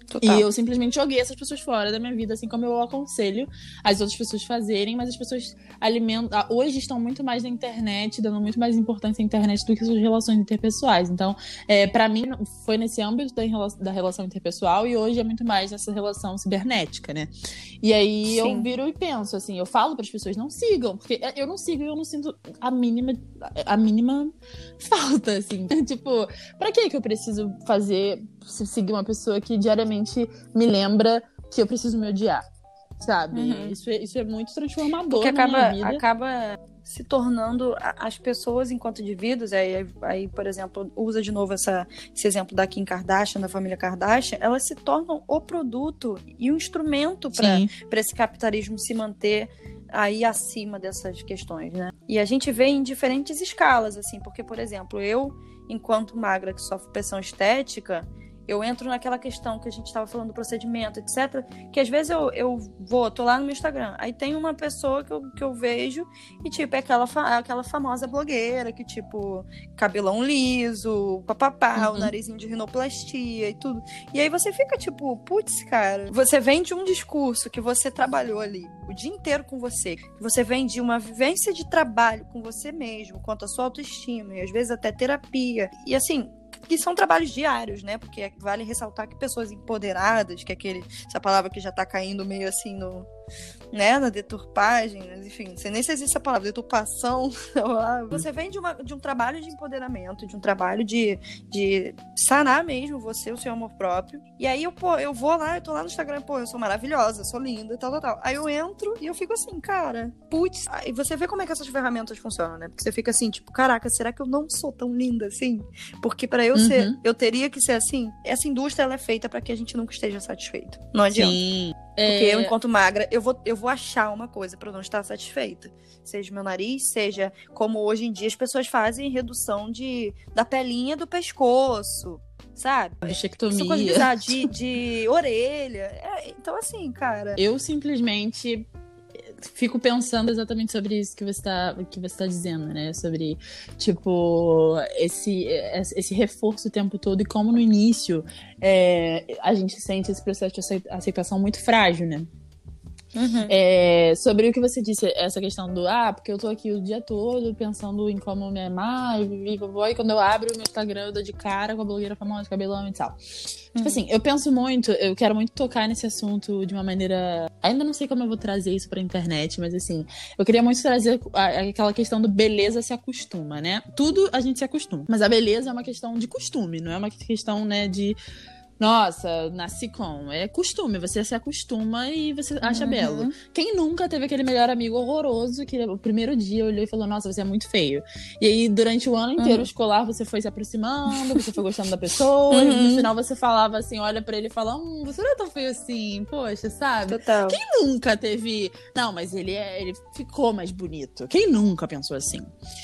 Total. E eu simplesmente joguei essas pessoas fora da minha vida, assim como eu aconselho as outras pessoas fazerem, mas as pessoas alimentam, hoje estão muito mais na internet, dando muito mais importância à internet do que suas relações interpessoais. Então, é, pra mim, foi nesse âmbito da, da relação interpessoal e hoje é muito mais nessa relação cibernética, né? E aí Sim. eu viro e penso, assim, eu falo para as pessoas, não sigam, porque eu não sigo e eu não sinto a mínima, a mínima falta, assim. Tipo, pra que que eu preciso fazer, seguir uma pessoa que diariamente me lembra que eu preciso me odiar, sabe? Uhum. Isso, é, isso é muito transformador Porque na acaba, minha vida. acaba se tornando as pessoas enquanto indivíduos, aí, aí, por exemplo, usa de novo essa, esse exemplo da Kim Kardashian, da família Kardashian, elas se tornam o produto e um instrumento para esse capitalismo se manter aí acima dessas questões, né? E a gente vê em diferentes escalas, assim, porque, por exemplo, eu, enquanto magra que sofre pressão estética, eu entro naquela questão que a gente estava falando do procedimento, etcétera, que às vezes eu, eu vou, tô lá no meu Instagram, aí tem uma pessoa que eu, que eu vejo e, tipo, é aquela, fa- aquela famosa blogueira que, tipo, cabelão liso, papapá, uhum. o narizinho de rinoplastia e tudo. E aí você fica, tipo, putz, cara, você vem de um discurso que você trabalhou ali o dia inteiro com você, que você vem de uma vivência de trabalho com você mesmo, quanto à sua autoestima e às vezes até terapia. E assim, que são trabalhos diários, né? Porque vale ressaltar que pessoas empoderadas, que é aquele, essa palavra que já tá caindo meio assim no, né, na deturpagem, enfim, não sei nem se existe essa palavra, deturpação, você vem de, uma, de um trabalho de empoderamento, de um trabalho de, de sanar mesmo você, o seu amor próprio, e aí eu, pô, eu vou lá, eu tô lá no Instagram, pô, eu sou maravilhosa, eu sou linda, tal, tal, tal, aí eu entro e eu fico assim, cara, putz, e você vê como é que essas ferramentas funcionam, né, porque você fica assim, tipo, caraca, será que eu não sou tão linda assim? Porque pra eu ser, uhum. eu teria que ser assim. Essa indústria, ela é feita pra que a gente nunca esteja satisfeito, não adianta. Sim. Porque é... eu, enquanto magra, eu vou, eu vou achar uma coisa pra eu não estar satisfeita. Seja meu nariz, seja como hoje em dia as pessoas fazem redução de, da pelinha do pescoço, sabe? Bichectomia. Isso coisa bizarra, de, de orelha. É, então, assim, cara... Eu simplesmente... fico pensando exatamente sobre isso que você tá, que você tá dizendo, né? Sobre, tipo, esse, esse reforço o tempo todo e como no início é, a gente sente esse processo de aceitação muito frágil, né? Uhum. É, sobre o que você disse, essa questão do ah, porque eu tô aqui o dia todo pensando em como me amar e, e quando eu abro o meu Instagram eu dou de cara com a blogueira famosa de cabelão e tal. Tipo assim, eu penso muito, eu quero muito tocar nesse assunto de uma maneira... Ainda não sei como eu vou trazer isso pra internet, mas assim, eu queria muito trazer aquela questão do beleza se acostuma, né? Tudo a gente se acostuma, mas a beleza é uma questão de costume, não é uma questão, né, de... Nossa, nasci com. É costume, você se acostuma e você acha uhum. belo. Quem nunca teve aquele melhor amigo horroroso que o primeiro dia olhou e falou, nossa, você é muito feio. E aí, durante o ano inteiro uhum. escolar, você foi se aproximando, você foi gostando da pessoa, uhum. e no final você falava assim, olha pra ele e fala, hum, você não é tão feio assim, poxa, sabe? Total. Quem nunca teve... Não, mas ele, é, ele ficou mais bonito. Quem nunca pensou assim?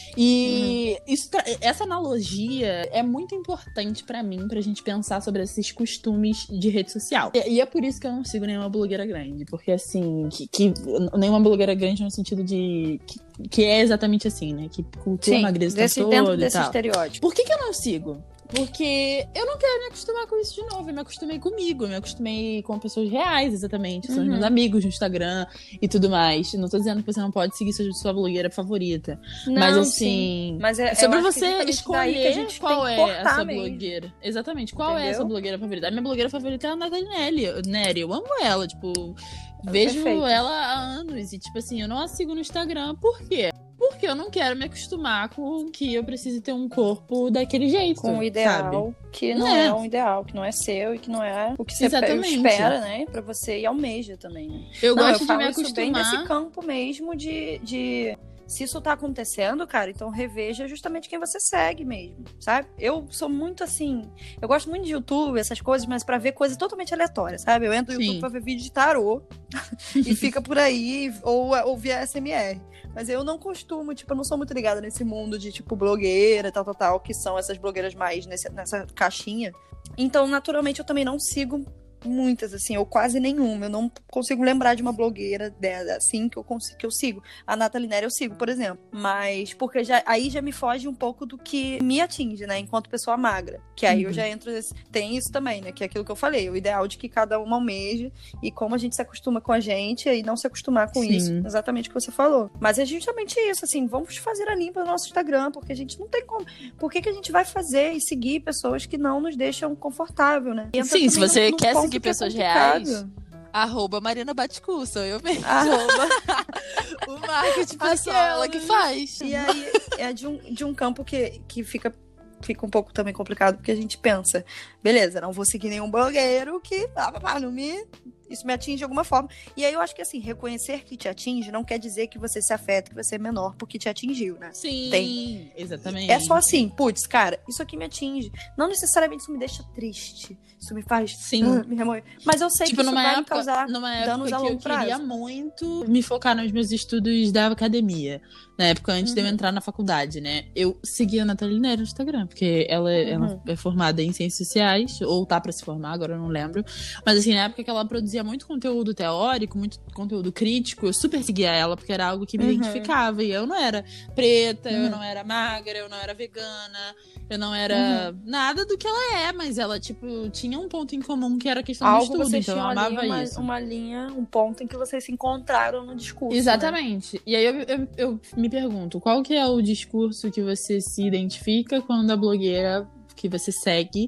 E uhum. isso, essa analogia é muito importante pra mim, pra gente pensar sobre esses costumes de rede social. E, e é por isso que eu não sigo nenhuma blogueira grande. Porque, assim, que, que nenhuma blogueira grande no sentido de... Que, que é exatamente assim, né? Que cultua a magreza desse, todo dentro e desse tal. estereótipo. Por que que eu não sigo? Porque eu não quero me acostumar com isso de novo. Eu me acostumei comigo, eu me acostumei com pessoas reais, exatamente. São uhum. os meus amigos no Instagram e tudo mais. Não tô dizendo que você não pode seguir sua, sua blogueira favorita. Não, mas assim, mas é, sobre você escolher qual é a sua mesmo. blogueira. Exatamente, qual Entendeu? é a sua blogueira favorita? A minha blogueira favorita é a Nathaniele Neri. Eu amo ela, tipo, vejo Perfeito. ela há anos. E, tipo assim, eu não a sigo no Instagram. Por quê? Porque eu não quero me acostumar com que eu preciso ter um corpo daquele jeito. Com o ideal, sabe? que não é. é um ideal, que não é seu e que não é o que você Exatamente. espera, né? Pra você e almeja também, né? Eu não, gosto eu de me falo isso acostumar. bem nesse campo mesmo de... de... Se isso tá acontecendo, cara, então reveja justamente quem você segue mesmo, sabe? Eu sou muito assim... Eu gosto muito de YouTube, essas coisas, mas pra ver coisas totalmente aleatórias, sabe? Eu entro no Sim. YouTube pra ver vídeo de tarô e fica por aí, ou ouvir a S M R. Mas eu não costumo, tipo, eu não sou muito ligada nesse mundo de, tipo, blogueira, tal, tal, tal, que são essas blogueiras mais nesse, nessa caixinha. Então, naturalmente, eu também não sigo muitas, assim, ou quase nenhuma. Eu não consigo lembrar de uma blogueira dela, assim, que eu, consigo, que eu sigo. A Nathalie Neri eu sigo, por exemplo. Mas, porque já, aí já me foge um pouco do que me atinge, né? Enquanto pessoa magra. Que aí uhum. eu já entro nesse... Tem isso também, né? Que é aquilo que eu falei. O ideal de que cada uma almeja e como a gente se acostuma com a gente e não se acostumar com Sim. isso. Exatamente o que você falou. Mas é justamente isso, assim, vamos fazer a limpa no nosso Instagram, porque a gente não tem como... Por que que a gente vai fazer e seguir pessoas que não nos deixam confortável, né? Sim, se você no, quer seguir pessoas é reais... Arroba Marina Baticu, sou eu mesmo. Arroba. O marketing pessoal, ela que faz. E aí, é de um, de um campo que, que fica, fica um pouco também complicado, porque a gente pensa, beleza, não vou seguir nenhum blogueiro que ah, não me... Isso me atinge de alguma forma. E aí eu acho que, assim, reconhecer que te atinge não quer dizer que você se afeta, que você é menor porque te atingiu, né? Sim, Tem. exatamente. É só assim, putz, cara, isso aqui me atinge. Não necessariamente isso me deixa triste. Isso me faz... Sim. Uh, me remoer. Mas eu sei tipo, que isso numa vai época, me causar numa danos época a que longo eu queria prazo. muito me focar nos meus estudos da academia. Na época antes uhum. de eu entrar na faculdade, né? Eu seguia a Nathalie Neri no Instagram, porque ela, uhum. ela é formada em ciências sociais, ou tá pra se formar, agora eu não lembro. Mas assim, na época que ela produzia muito conteúdo teórico, muito conteúdo crítico, eu super seguia ela, porque era algo que me uhum. identificava. E eu não era preta, uhum. eu não era magra, eu não era vegana, eu não era uhum. nada do que ela é, mas ela, tipo, tinha um ponto em comum que era a questão algo do estudo, então eu amava uma, isso. Uma linha, um ponto em que vocês se encontraram no discurso. Exatamente. Né? E aí eu, eu, eu me pergunto, qual que é o discurso que você se identifica quando a blogueira que você segue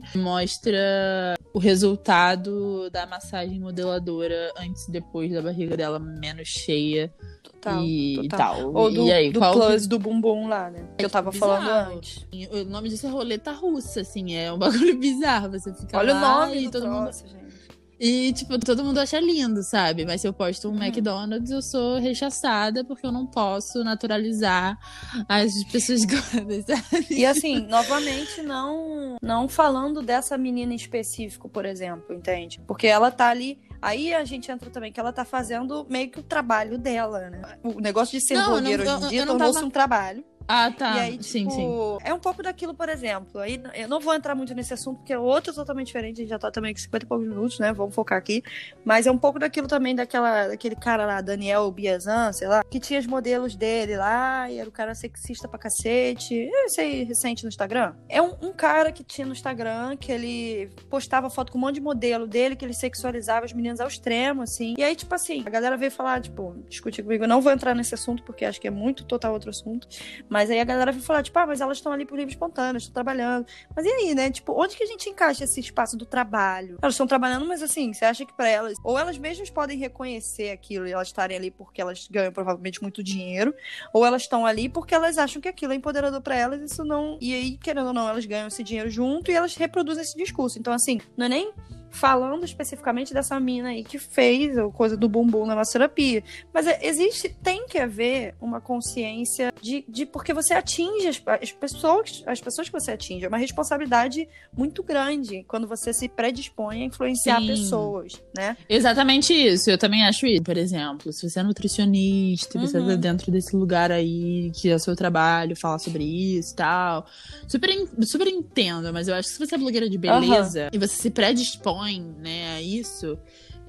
mostra o resultado da massagem modeladora antes e depois da barriga dela menos cheia total, e, total. e tal. Ou do, e aí, do qual plus que... do bumbum lá, né? Que eu tava bizarro. falando antes. O nome disso é roleta russa, assim, é um bagulho bizarro. Você fica Olha lá o nome e do todo troço, mundo... gente. E, tipo, todo mundo acha lindo, sabe? Mas se eu posto um uhum. McDonald's, eu sou rechaçada porque eu não posso naturalizar as pessoas gordas, sabe? E assim, novamente, não, não falando dessa menina em específico, por exemplo, entende? Porque ela tá ali... Aí a gente entra também que ela tá fazendo meio que o trabalho dela, né? O negócio de ser não, blogueira não, hoje em dia tornou-se tava... um trabalho. Ah, tá. E aí, tipo, sim, sim. é um pouco daquilo, por exemplo. Aí eu não vou entrar muito nesse assunto, porque é outro totalmente diferente. A gente já tá também com cinquenta e poucos minutos, né? Vamos focar aqui. Mas é um pouco daquilo também, daquela, daquele cara lá, Daniel Biazan, sei lá, que tinha os modelos dele lá, e era o cara sexista pra cacete. Esse aí recente no Instagram. É um, um cara que tinha no Instagram, que ele postava foto com um monte de modelo dele, que ele sexualizava as meninas ao extremo, assim. E aí, tipo assim, a galera veio falar, tipo, discutir comigo. Eu não vou entrar nesse assunto, porque acho que é muito total outro assunto. Mas aí a galera vai falar, tipo, ah, mas elas estão ali por livre espontâneo, estão trabalhando. Mas e aí, né? Tipo, onde que a gente encaixa esse espaço do trabalho? Elas estão trabalhando, mas assim, você acha que pra elas... Ou elas mesmas podem reconhecer aquilo e elas estarem ali porque elas ganham provavelmente muito dinheiro, ou elas estão ali porque elas acham que aquilo é empoderador pra elas, isso não... E aí, querendo ou não, elas ganham esse dinheiro junto e elas reproduzem esse discurso. Então, assim, não é nem... falando especificamente dessa mina aí que fez a coisa do bumbum na massoterapia. Mas é, existe, tem que haver uma consciência de, de porque você atinge as, as pessoas, as pessoas que você atinge. É uma responsabilidade muito grande quando você se predispõe a influenciar Sim. pessoas, né? Exatamente isso. Eu também acho isso. Por exemplo, se você é nutricionista, uhum. você tá dentro desse lugar aí que é o seu trabalho, falar sobre isso e tal. Super, super entendo, mas eu acho que se você é blogueira de beleza uhum. e você se predispõe né, a isso,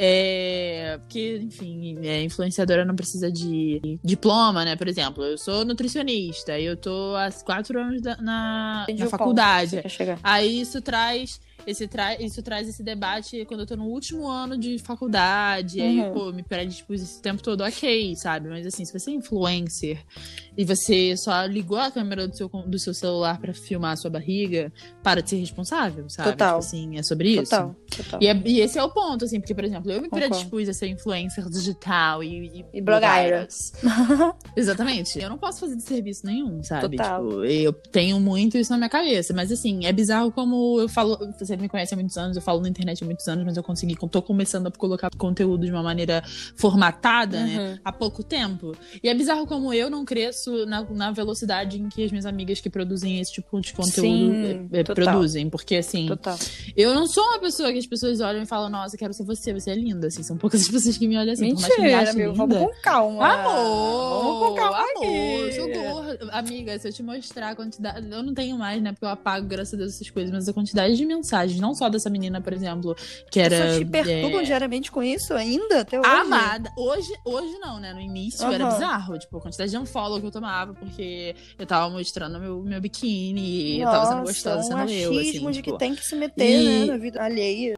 é... porque, enfim, é, influenciadora não precisa de diploma, né? Por exemplo, eu sou nutricionista e eu tô há quatro anos da, na, na faculdade. Aí isso traz... Esse tra... Isso traz esse debate quando eu tô no último ano de faculdade. Uhum. Aí, pô, me predispus esse tempo todo, ok, sabe? Mas assim, se você é influencer e você só ligou a câmera do seu, do seu celular pra filmar a sua barriga, para de ser responsável, sabe? Total. Tipo assim, é sobre isso. Total, total. E, é, e esse é o ponto, assim, porque, por exemplo, eu me Concordo. predispus a ser influencer digital e... E, e blogueiras. Exatamente. Eu não posso fazer de serviço nenhum, sabe? Total. Tipo, eu tenho muito isso na minha cabeça. Mas, assim, é bizarro como eu falo... Você me conhece há muitos anos, eu falo na internet há muitos anos, mas eu consegui, tô começando a colocar conteúdo de uma maneira formatada, uhum. né, há pouco tempo. E é bizarro como eu não cresço na, na velocidade em que as minhas amigas que produzem esse tipo de conteúdo Sim, é, produzem. Porque, assim, total. eu não sou uma pessoa que as pessoas olham e falam, nossa, quero ser você, você é linda, assim, são poucas as pessoas que me olham assim. Mentira, por mais que me achem meu, linda. vamos com calma. Amor! Vamos com calma amor, aqui. eu sou gorda. Amiga, se eu te mostrar a quantidade, eu não tenho mais, né, porque eu apago, graças a Deus, essas coisas, mas a quantidade de mensagens postagens, não só dessa menina, por exemplo, que era... As pessoas te perturbam é... diariamente com isso ainda, até hoje? Amada. Hoje, hoje não, né? No início Uhum. era bizarro, tipo, a quantidade de unfollow que eu tomava, porque eu tava mostrando meu, meu biquíni, e eu tava sendo gostosa, sendo um eu, assim, achismo de tipo... que tem que se meter, E- né, na vida alheia.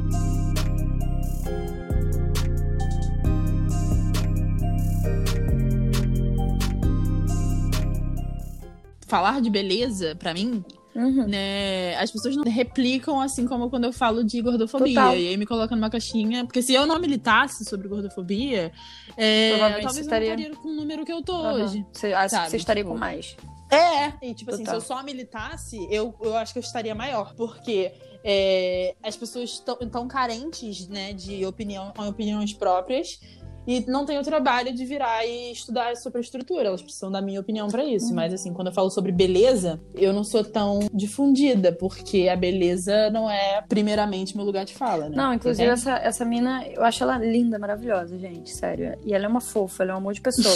Falar de beleza, pra mim, Uhum. né, as pessoas não replicam assim como quando eu falo de gordofobia. Total. E aí me colocam numa caixinha. Porque se eu não militasse sobre gordofobia, é, Provavelmente talvez você eu não estaria- estaria com o número que eu tô Uhum. hoje. Você acha sabe, que você estaria tipo, com mais. É, e tipo assim, se Total. eu só militasse, eu, eu acho que eu estaria maior. Porque é, as pessoas estão tão carentes, né, de opinião, opiniões próprias. E não tem o trabalho de virar e estudar sobre a estrutura. Elas precisam da minha opinião pra isso. Mas, assim, quando eu falo sobre beleza, eu não sou tão difundida, porque a beleza não é, primeiramente, meu lugar de fala, né? Não, inclusive Entende? essa, essa mina, eu acho ela linda, maravilhosa, gente, sério. E ela é uma fofa, ela é um amor de pessoa.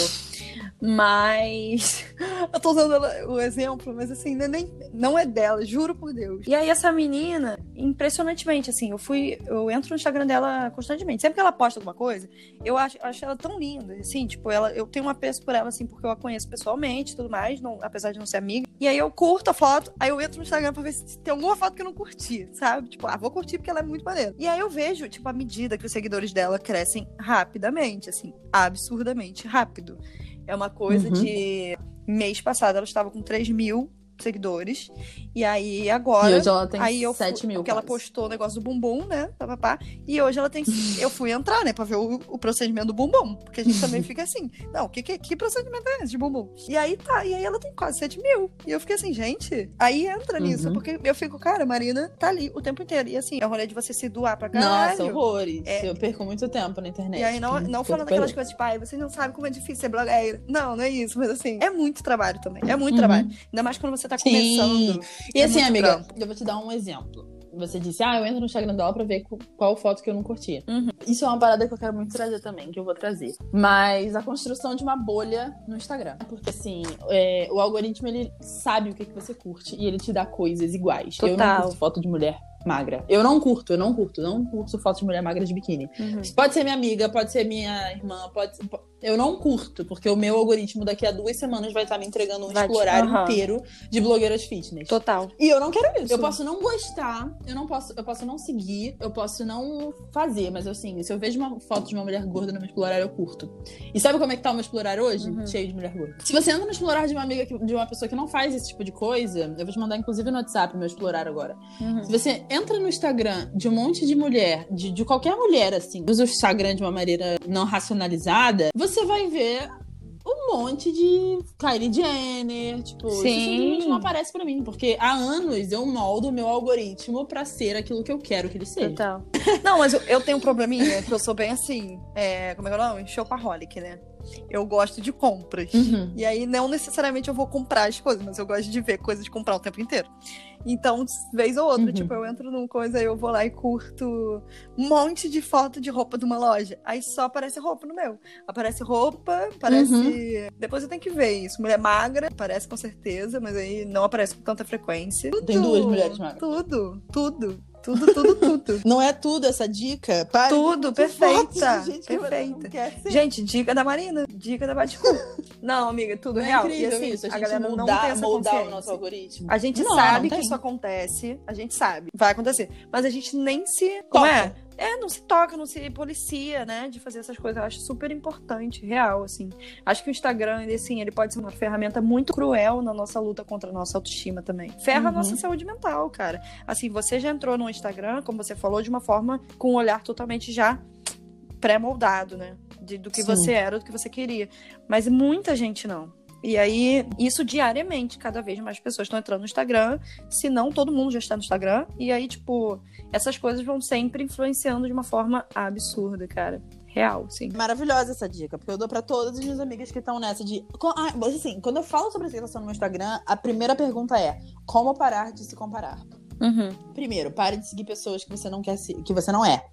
Mas eu tô usando ela- o exemplo, mas assim, não é, nem, não é dela, juro por Deus. E aí essa menina, impressionantemente, assim, eu fui, eu entro no Instagram dela constantemente. Sempre que ela posta alguma coisa, eu acho, eu acho ela tão linda, assim, tipo, ela, eu tenho um apreço por ela, assim, porque eu a conheço pessoalmente e tudo mais, não, apesar de não ser amiga. E aí eu curto a foto, aí eu entro no Instagram pra ver se tem alguma foto que eu não curti, sabe? Tipo, ah, vou curtir porque ela é muito maneira. E aí eu vejo, tipo, a medida que os seguidores dela crescem rapidamente, assim, absurdamente rápido. É uma coisa Uhum. de... Mês passado ela estava com três mil seguidores. E aí agora... E hoje ela tem aí eu sete fui, mil. Porque ela quase. postou o negócio do bumbum, né? Pá, pá, pá. E hoje ela tem... Eu fui entrar, né? Pra ver o, o procedimento do bumbum. Porque a gente também fica assim. Não, que, que, que procedimento é esse de bumbum? E aí tá. E aí ela tem quase sete mil. E eu fiquei assim, gente... Aí entra nisso. Uhum. Porque eu fico, cara, a Marina tá ali o tempo inteiro. E assim, é o rolê de você se doar pra caralho. Nossa, horrores. É. Eu perco muito tempo na internet. E aí, não, que- não que falando eu aquelas falei. coisas tipo, ai, vocês não sabem como é difícil ser blogueira. Não, não é isso, mas assim, é muito trabalho também. É muito Uhum. trabalho. Ainda mais quando você tá Sim. começando. E É assim, muito amiga, trampo. eu vou te dar um exemplo. Você disse, ah, eu entro no Instagram dela pra ver cu- qual foto que eu não curti. Uhum. Isso é uma parada que eu quero muito trazer também, que eu vou trazer. Mas a construção de uma bolha no Instagram. Porque, assim, é, o algoritmo, ele sabe o que, que você curte e ele te dá coisas iguais. Eu não Total. curto foto de mulher magra. Eu não curto, eu não curto. Não curto foto de mulher magra de biquíni. Uhum. Pode ser minha amiga, pode ser minha irmã, pode ser... Eu não curto, porque o meu algoritmo daqui a duas semanas vai estar me entregando um Vai te- explorário Aham. inteiro de blogueiras fitness. Total. E eu não quero isso. Eu posso não gostar, eu não posso, eu posso não seguir, eu posso não fazer, mas assim, se eu vejo uma foto de uma mulher gorda no meu explorário, eu curto. E sabe como é que tá o meu explorário hoje? Uhum. Cheio de mulher gorda. Se você anda no explorário de uma amiga, que- de uma pessoa que não faz esse tipo de coisa, eu vou te mandar inclusive no WhatsApp o meu explorário agora. Uhum. Se você entra no Instagram de um monte de mulher, de, de qualquer mulher, assim, usa o Instagram de uma maneira não racionalizada, você vai ver um monte de Kylie Jenner, tipo, isso Sim. simplesmente não aparece pra mim, porque há anos eu moldo o meu algoritmo pra ser aquilo que eu quero que ele seja. Total. Não, mas eu, eu tenho um probleminha, que eu sou bem assim, é, como é que é o nome? Shopaholic, né? Eu gosto de compras. Uhum. E aí, não necessariamente eu vou comprar as coisas, mas eu gosto de ver coisas de comprar o tempo inteiro. Então, vez ou outra, Uhum. tipo, eu entro numa coisa, eu vou lá e curto um monte de foto de roupa de uma loja. Aí só aparece roupa no meu. Aparece roupa, aparece... Uhum. Depois eu tenho que ver isso. Mulher magra, aparece com certeza, mas aí não aparece com tanta frequência. Tem duas mulheres magras. Tudo, tudo. Tudo, tudo, tudo. Não é tudo essa dica? Para Tudo, de perfeita, fotos de gente que você perfeita. não quer ser. Gente, dica da Marina, dica da Bate. Não, amiga, tudo Não é real. incrível E assim, isso, a a, gente galera não mudar, tem essa moldar o consciência. nosso algoritmo. A gente Não, sabe não que tem. isso acontece, a gente sabe, vai acontecer. Mas a gente nem se. Como Toca. é? É, não se toca, não se policia, né? De fazer essas coisas. Eu acho super importante, real, assim. Acho que o Instagram, ele, assim, ele pode ser uma ferramenta muito cruel na nossa luta contra a nossa autoestima também. Ferra a Uhum. nossa saúde mental, cara. Assim, você já entrou no Instagram, como você falou, de uma forma com um olhar totalmente já pré-moldado, né? De, do que Sim. você era, do que você queria. Mas muita gente não. E aí, isso diariamente, cada vez mais pessoas estão entrando no Instagram, se não todo mundo já está no Instagram. E aí, tipo, essas coisas vão sempre influenciando de uma forma absurda, cara. Real, sim. Maravilhosa essa dica, porque eu dou pra todas as minhas amigas que estão nessa de... Ah, assim, quando eu falo sobre aceitação no meu Instagram, a primeira pergunta é: como parar de se comparar? Uhum. Primeiro, pare de seguir pessoas que você não quer ser, que você não é.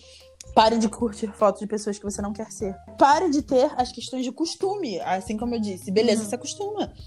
Pare de curtir fotos de pessoas que você não quer ser. Pare de ter as questões de costume. Assim como eu disse, beleza, Uhum. se acostuma.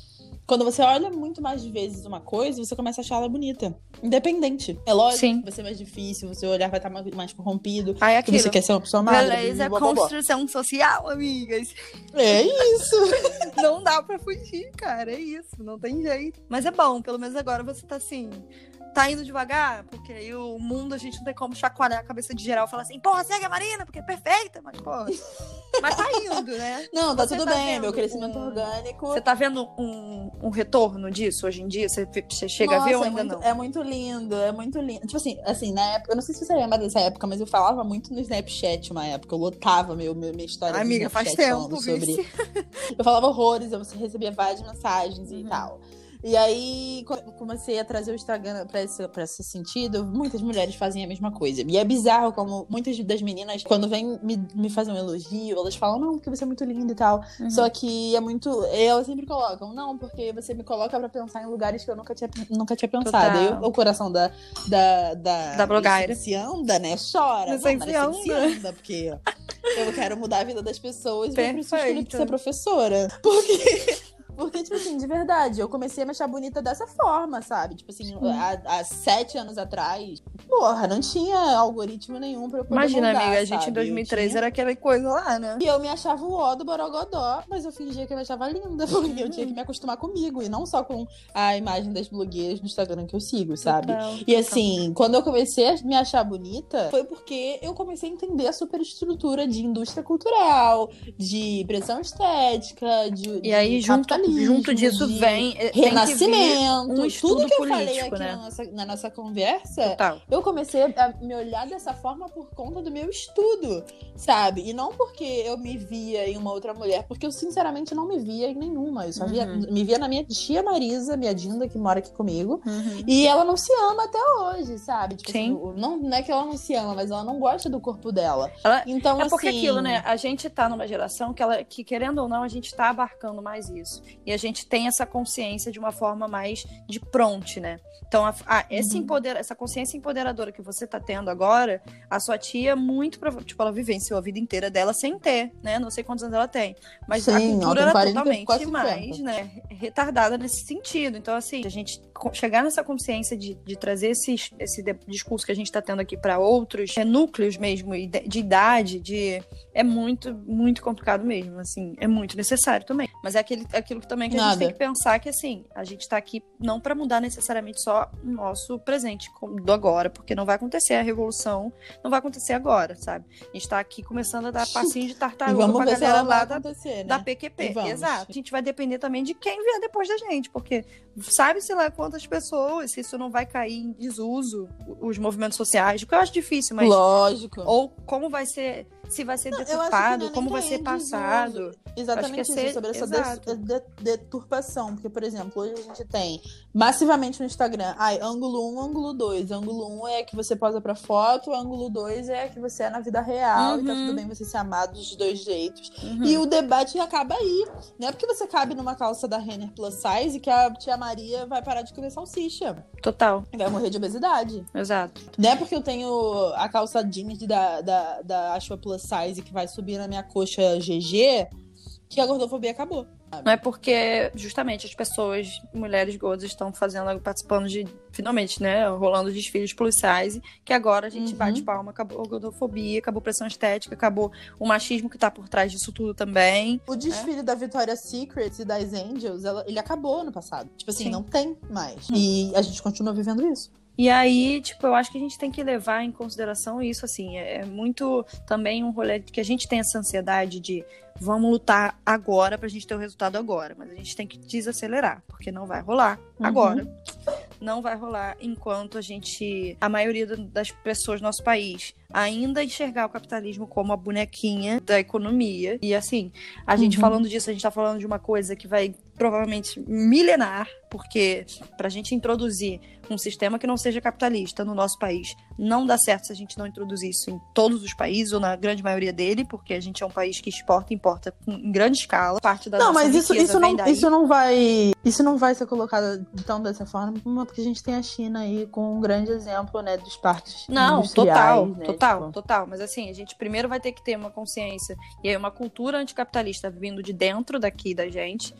quando você olha muito mais de vezes uma coisa, você começa a achar ela bonita. Independente. É lógico Sim. que vai ser mais difícil, o seu olhar vai estar mais, mais corrompido. Aí que aquilo. você quer ser uma pessoa magra. Beleza, blá, blá, blá, blá. construção social, amigas. É isso. Não dá pra fugir, cara. É isso, não tem jeito. Mas é bom, pelo menos agora você tá assim. Tá indo devagar, porque aí o mundo a gente não tem como chacoalhar a cabeça de geral e falar assim, porra, segue a Marina, porque é perfeita, mas porra. Mas tá indo, né? Não, tá Você tudo tá bem, meu vendo crescimento um- orgânico. Você tá vendo um, um retorno disso hoje em dia? Você, você chega Nossa, a ver ou é ainda muito, não? é muito lindo, é muito lindo. Tipo assim, assim, na época, eu não sei se você lembra dessa época, mas eu falava muito no Snapchat uma época. Eu lotava meu, meu, minha história Ai, no amiga, Snapchat faz tempo, falando sobre. vice. Eu falava horrores, eu recebia várias mensagens Uhum. e tal. E aí, quando eu comecei a trazer o Instagram pra esse, pra esse sentido, muitas mulheres fazem a mesma coisa. E é bizarro como muitas das meninas, quando vêm me, me fazer um elogio, elas falam, não, porque você é muito linda e tal. Uhum. Só que é muito... Elas sempre colocam, não, porque você me coloca pra pensar em lugares que eu nunca tinha, nunca tinha pensado. Total. Aí o coração da... Da, da, Da blogueira. licencianda, né? Chora. Não, mas Licencianda. licencianda, porque eu quero mudar a vida das pessoas e eu preciso escolher Perfeito. ser professora. Porque... Porque, tipo assim, de verdade, eu comecei a me achar bonita dessa forma, sabe? Tipo assim, há, há sete anos atrás, porra, não tinha algoritmo nenhum pra eu poder Imagina, mudar, amiga, a gente sabe? em dois mil e treze Eu tinha- era aquela coisa lá, né? E eu me achava o ó do Borogodó, mas eu fingia que eu me achava linda, porque eu tinha que me acostumar comigo, e não só com a imagem das blogueiras do Instagram que eu sigo, sabe? Total, E total. assim, quando eu comecei a me achar bonita, foi porque eu comecei a entender a superestrutura de indústria cultural, de pressão estética, de, E aí, de junto, capitalismo, junto disso de vem eh, tem que vir renascimento, um estudo tudo que eu político, falei aqui né? na nossa, na nossa conversa, Total. eu comecei a me olhar dessa forma por conta do meu estudo, sabe? E não porque eu me via em uma outra mulher, porque eu sinceramente não me via em nenhuma. Eu só via, Uhum. me via na minha tia Marisa, minha Dinda, que mora aqui comigo. Uhum. E ela não se ama até hoje, sabe? Tipo, Sim. assim, não, não é que ela não se ama, mas ela não gosta do corpo dela. Ela- Então, É porque assim, aquilo, né? A gente tá numa geração que, ela, que, querendo ou não, a gente tá abarcando mais isso. E a gente tem essa consciência de uma forma mais de prompt, né? Então, a, a- esse Uhum. empoder, essa consciência empoderadora que você tá tendo agora, a sua tia, muito prova- tipo, ela vivenciou a vida inteira dela sem ter, né? Não sei quantos anos ela tem. Mas a Sim, ela cultura tem era quarenta, totalmente quase mais, cinquenta. né? Retardada nesse sentido. Então, assim, a gente co- chegar nessa consciência de, de trazer esse, esse de- discurso que a gente tá tendo aqui para outros é, núcleos mesmo, e de, de idade, de é muito, muito complicado mesmo, assim, é muito necessário também. Mas é aquele, aquilo que também que a Nada. gente tem que pensar que, assim, a gente tá aqui não para mudar necessariamente só o nosso presente como do agora, porque não vai acontecer a revolução, não vai acontecer agora, sabe? A gente tá aqui começando a dar passinho de E tartaruga vamos pra ver se galera ela lá vai da, acontecer, né? da P Q P. E vamos. Exato. A gente vai depender também de quem vier depois da gente, porque sabe-se lá quantas pessoas, se isso não vai cair em desuso, os movimentos sociais, o que eu acho difícil, mas Lógico. ou como vai ser, se vai ser Não, eu acho que deturpado, não é como nem vai ser cair em passado. desuso. Exatamente Acho que é isso, ser- sobre essa exato. des- de- deturpação. Porque, por exemplo, hoje a gente tem massivamente no Instagram, ai, ângulo um, ângulo dois. Ângulo um é que você posa pra foto, ângulo dois é que você é na vida real, e tá Uhum. tudo bem você ser amado dos dois jeitos. Uhum. E o debate acaba aí. Não é porque você cabe numa calça da Renner Plus Size que a tia Maria vai parar de comer salsicha. Total, E vai morrer de obesidade. exato. Não é porque eu tenho a calça jeans da, da, da Ashua Plus Size que vai subir na minha coxa G G que a gordofobia acabou. Não é porque, justamente, as pessoas, mulheres gordas, estão fazendo, participando de, finalmente, né, rolando desfiles plus size, que agora a gente Uhum. bate palma, acabou a gordofobia, acabou a pressão estética, acabou o machismo que tá por trás disso tudo também. O desfile da Victoria's Secret e das Angels, ela- ele acabou ano passado. Tipo assim, Sim. não tem mais. E a gente continua vivendo isso. E aí, tipo, eu acho que a gente tem que levar em consideração isso, assim, é é muito também um rolê que a gente tem essa ansiedade de vamos lutar agora pra gente ter o resultado agora, mas a gente tem que desacelerar, porque não vai rolar Uhum. agora. Não vai rolar enquanto a gente, a maioria das pessoas do nosso país, ainda enxergar o capitalismo como a bonequinha da economia. E assim, a gente Uhum. falando disso, a gente tá falando de uma coisa que vai provavelmente milenar, porque pra gente introduzir um sistema que não seja capitalista no nosso país, não dá certo se a gente não introduzir isso em todos os países, ou na grande maioria dele, porque a gente é um país que exporta e importa em grande escala. Parte da Não, nossa mas isso, riqueza isso, vem não, daí. isso não vai. Isso não vai ser colocado tão dessa forma, porque a gente tem a China aí com um grande exemplo, né, dos parques Não, industriais, total, né, total, tipo. total. Mas assim, a gente primeiro vai ter que ter uma consciência e aí uma cultura anticapitalista vindo de dentro daqui da gente,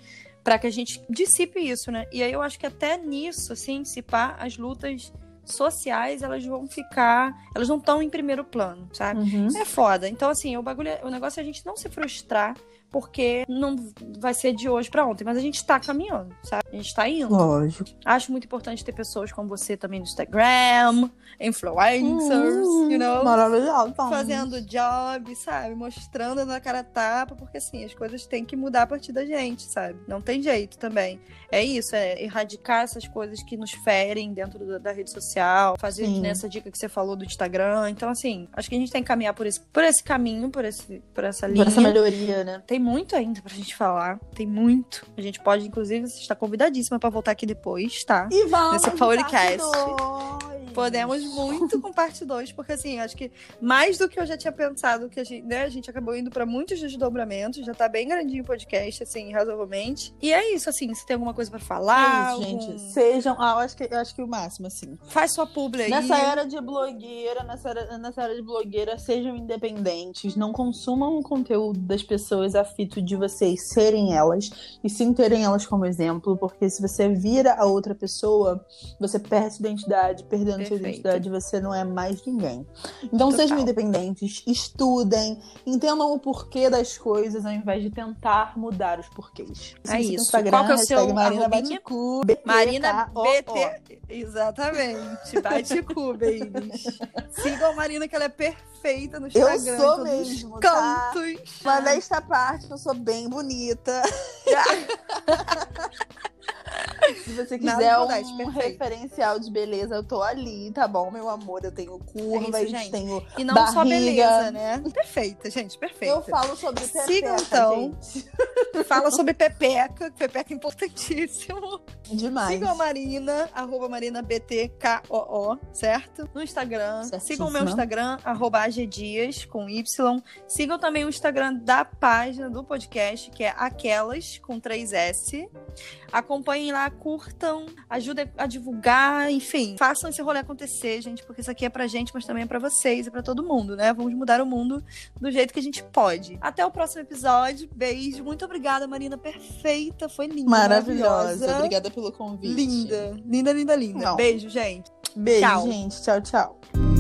pra que a gente dissipe isso, né? E aí eu acho que até nisso, assim, se pá, as lutas sociais, elas vão ficar... Elas não estão em primeiro plano, sabe? Uhum. É foda. Então, assim, o bagulho, o negócio é a gente não se frustrar, porque não vai ser de hoje pra ontem, mas a gente tá caminhando, sabe? A gente tá indo. Lógico. Acho muito importante ter pessoas como você também no Instagram, influencers, Uhum. you know? Maravilhoso. Fazendo job, sabe? Mostrando na cara a tapa, porque assim, as coisas têm que mudar a partir da gente, sabe? Não tem jeito também. É isso, é erradicar essas coisas que nos ferem dentro da, da rede social, fazer Sim. nessa dica que você falou do Instagram. Então, assim, acho que a gente tem que caminhar por esse, por esse caminho, por, esse, por essa linha. Por essa melhoria, né? Tem muito ainda pra gente falar. Tem muito. A gente pode, inclusive, você está convidadíssima pra voltar aqui depois, tá? E vamos Nesse podcast. dois. Podemos muito com parte dois, porque assim, acho que mais do que eu já tinha pensado, que a gente, né, a gente acabou indo pra muitos desdobramentos, já tá bem grandinho o podcast, assim, razoavelmente. E é isso, assim, se tem alguma coisa pra falar, É isso, algum... gente. Sejam. Ah, eu acho que, eu acho que o máximo, assim. faz sua publi aí. Nessa era de blogueira, nessa era, nessa era de blogueira, sejam independentes, não consumam o conteúdo das pessoas a fito de vocês serem elas e sim terem elas como exemplo, porque se você vira a outra pessoa, você perde sua identidade, perdendo sua Perfeito. identidade, você não é mais ninguém. Então Total. sejam independentes, estudem, entendam o porquê das coisas ao invés de tentar mudar os porquês. É Siga no isso. Instagram, Qual que é o hashtag seu Marina arrobinha? Baticu, B T K O O. Marina B T. Exatamente. Baticu, babies. Sigam a Marina, que ela é perfeita no Eu Instagram. sou em todos os mesmo, tá? cantos. Mas nesta parte eu sou bem bonita. Se você Nada quiser de maldade, um perfeito. referencial de beleza, eu tô ali, tá bom, meu amor? Eu tenho curvas, É isso, gente. tenho E não barriga. só beleza, né? Perfeita, gente, perfeita. Eu falo sobre pepeca, Sigam, então. gente. Fala sobre pepeca, que pepeca é importantíssimo. Demais. Sigam a Marina, arroba Marina B T K O O, certo? No Instagram. Certíssima. Sigam o meu Instagram, arroba agdias, com Y. Sigam também o Instagram da página do podcast, que é Aquelas, com três S. Acompanhem lá, curtam, ajudem a divulgar, enfim. Façam esse rolê acontecer, gente, porque isso aqui é pra gente, mas também é pra vocês e pra todo mundo, né? Vamos mudar o mundo do jeito que a gente pode. Até o próximo episódio. Beijo. Muito obrigada, Marina. Perfeita. Foi linda. Maravilhosa. Maravilhosa. Obrigada pelo convite. Linda. Linda, linda, linda. Não. Beijo, gente. Beijo, Tchau. gente. Tchau, tchau.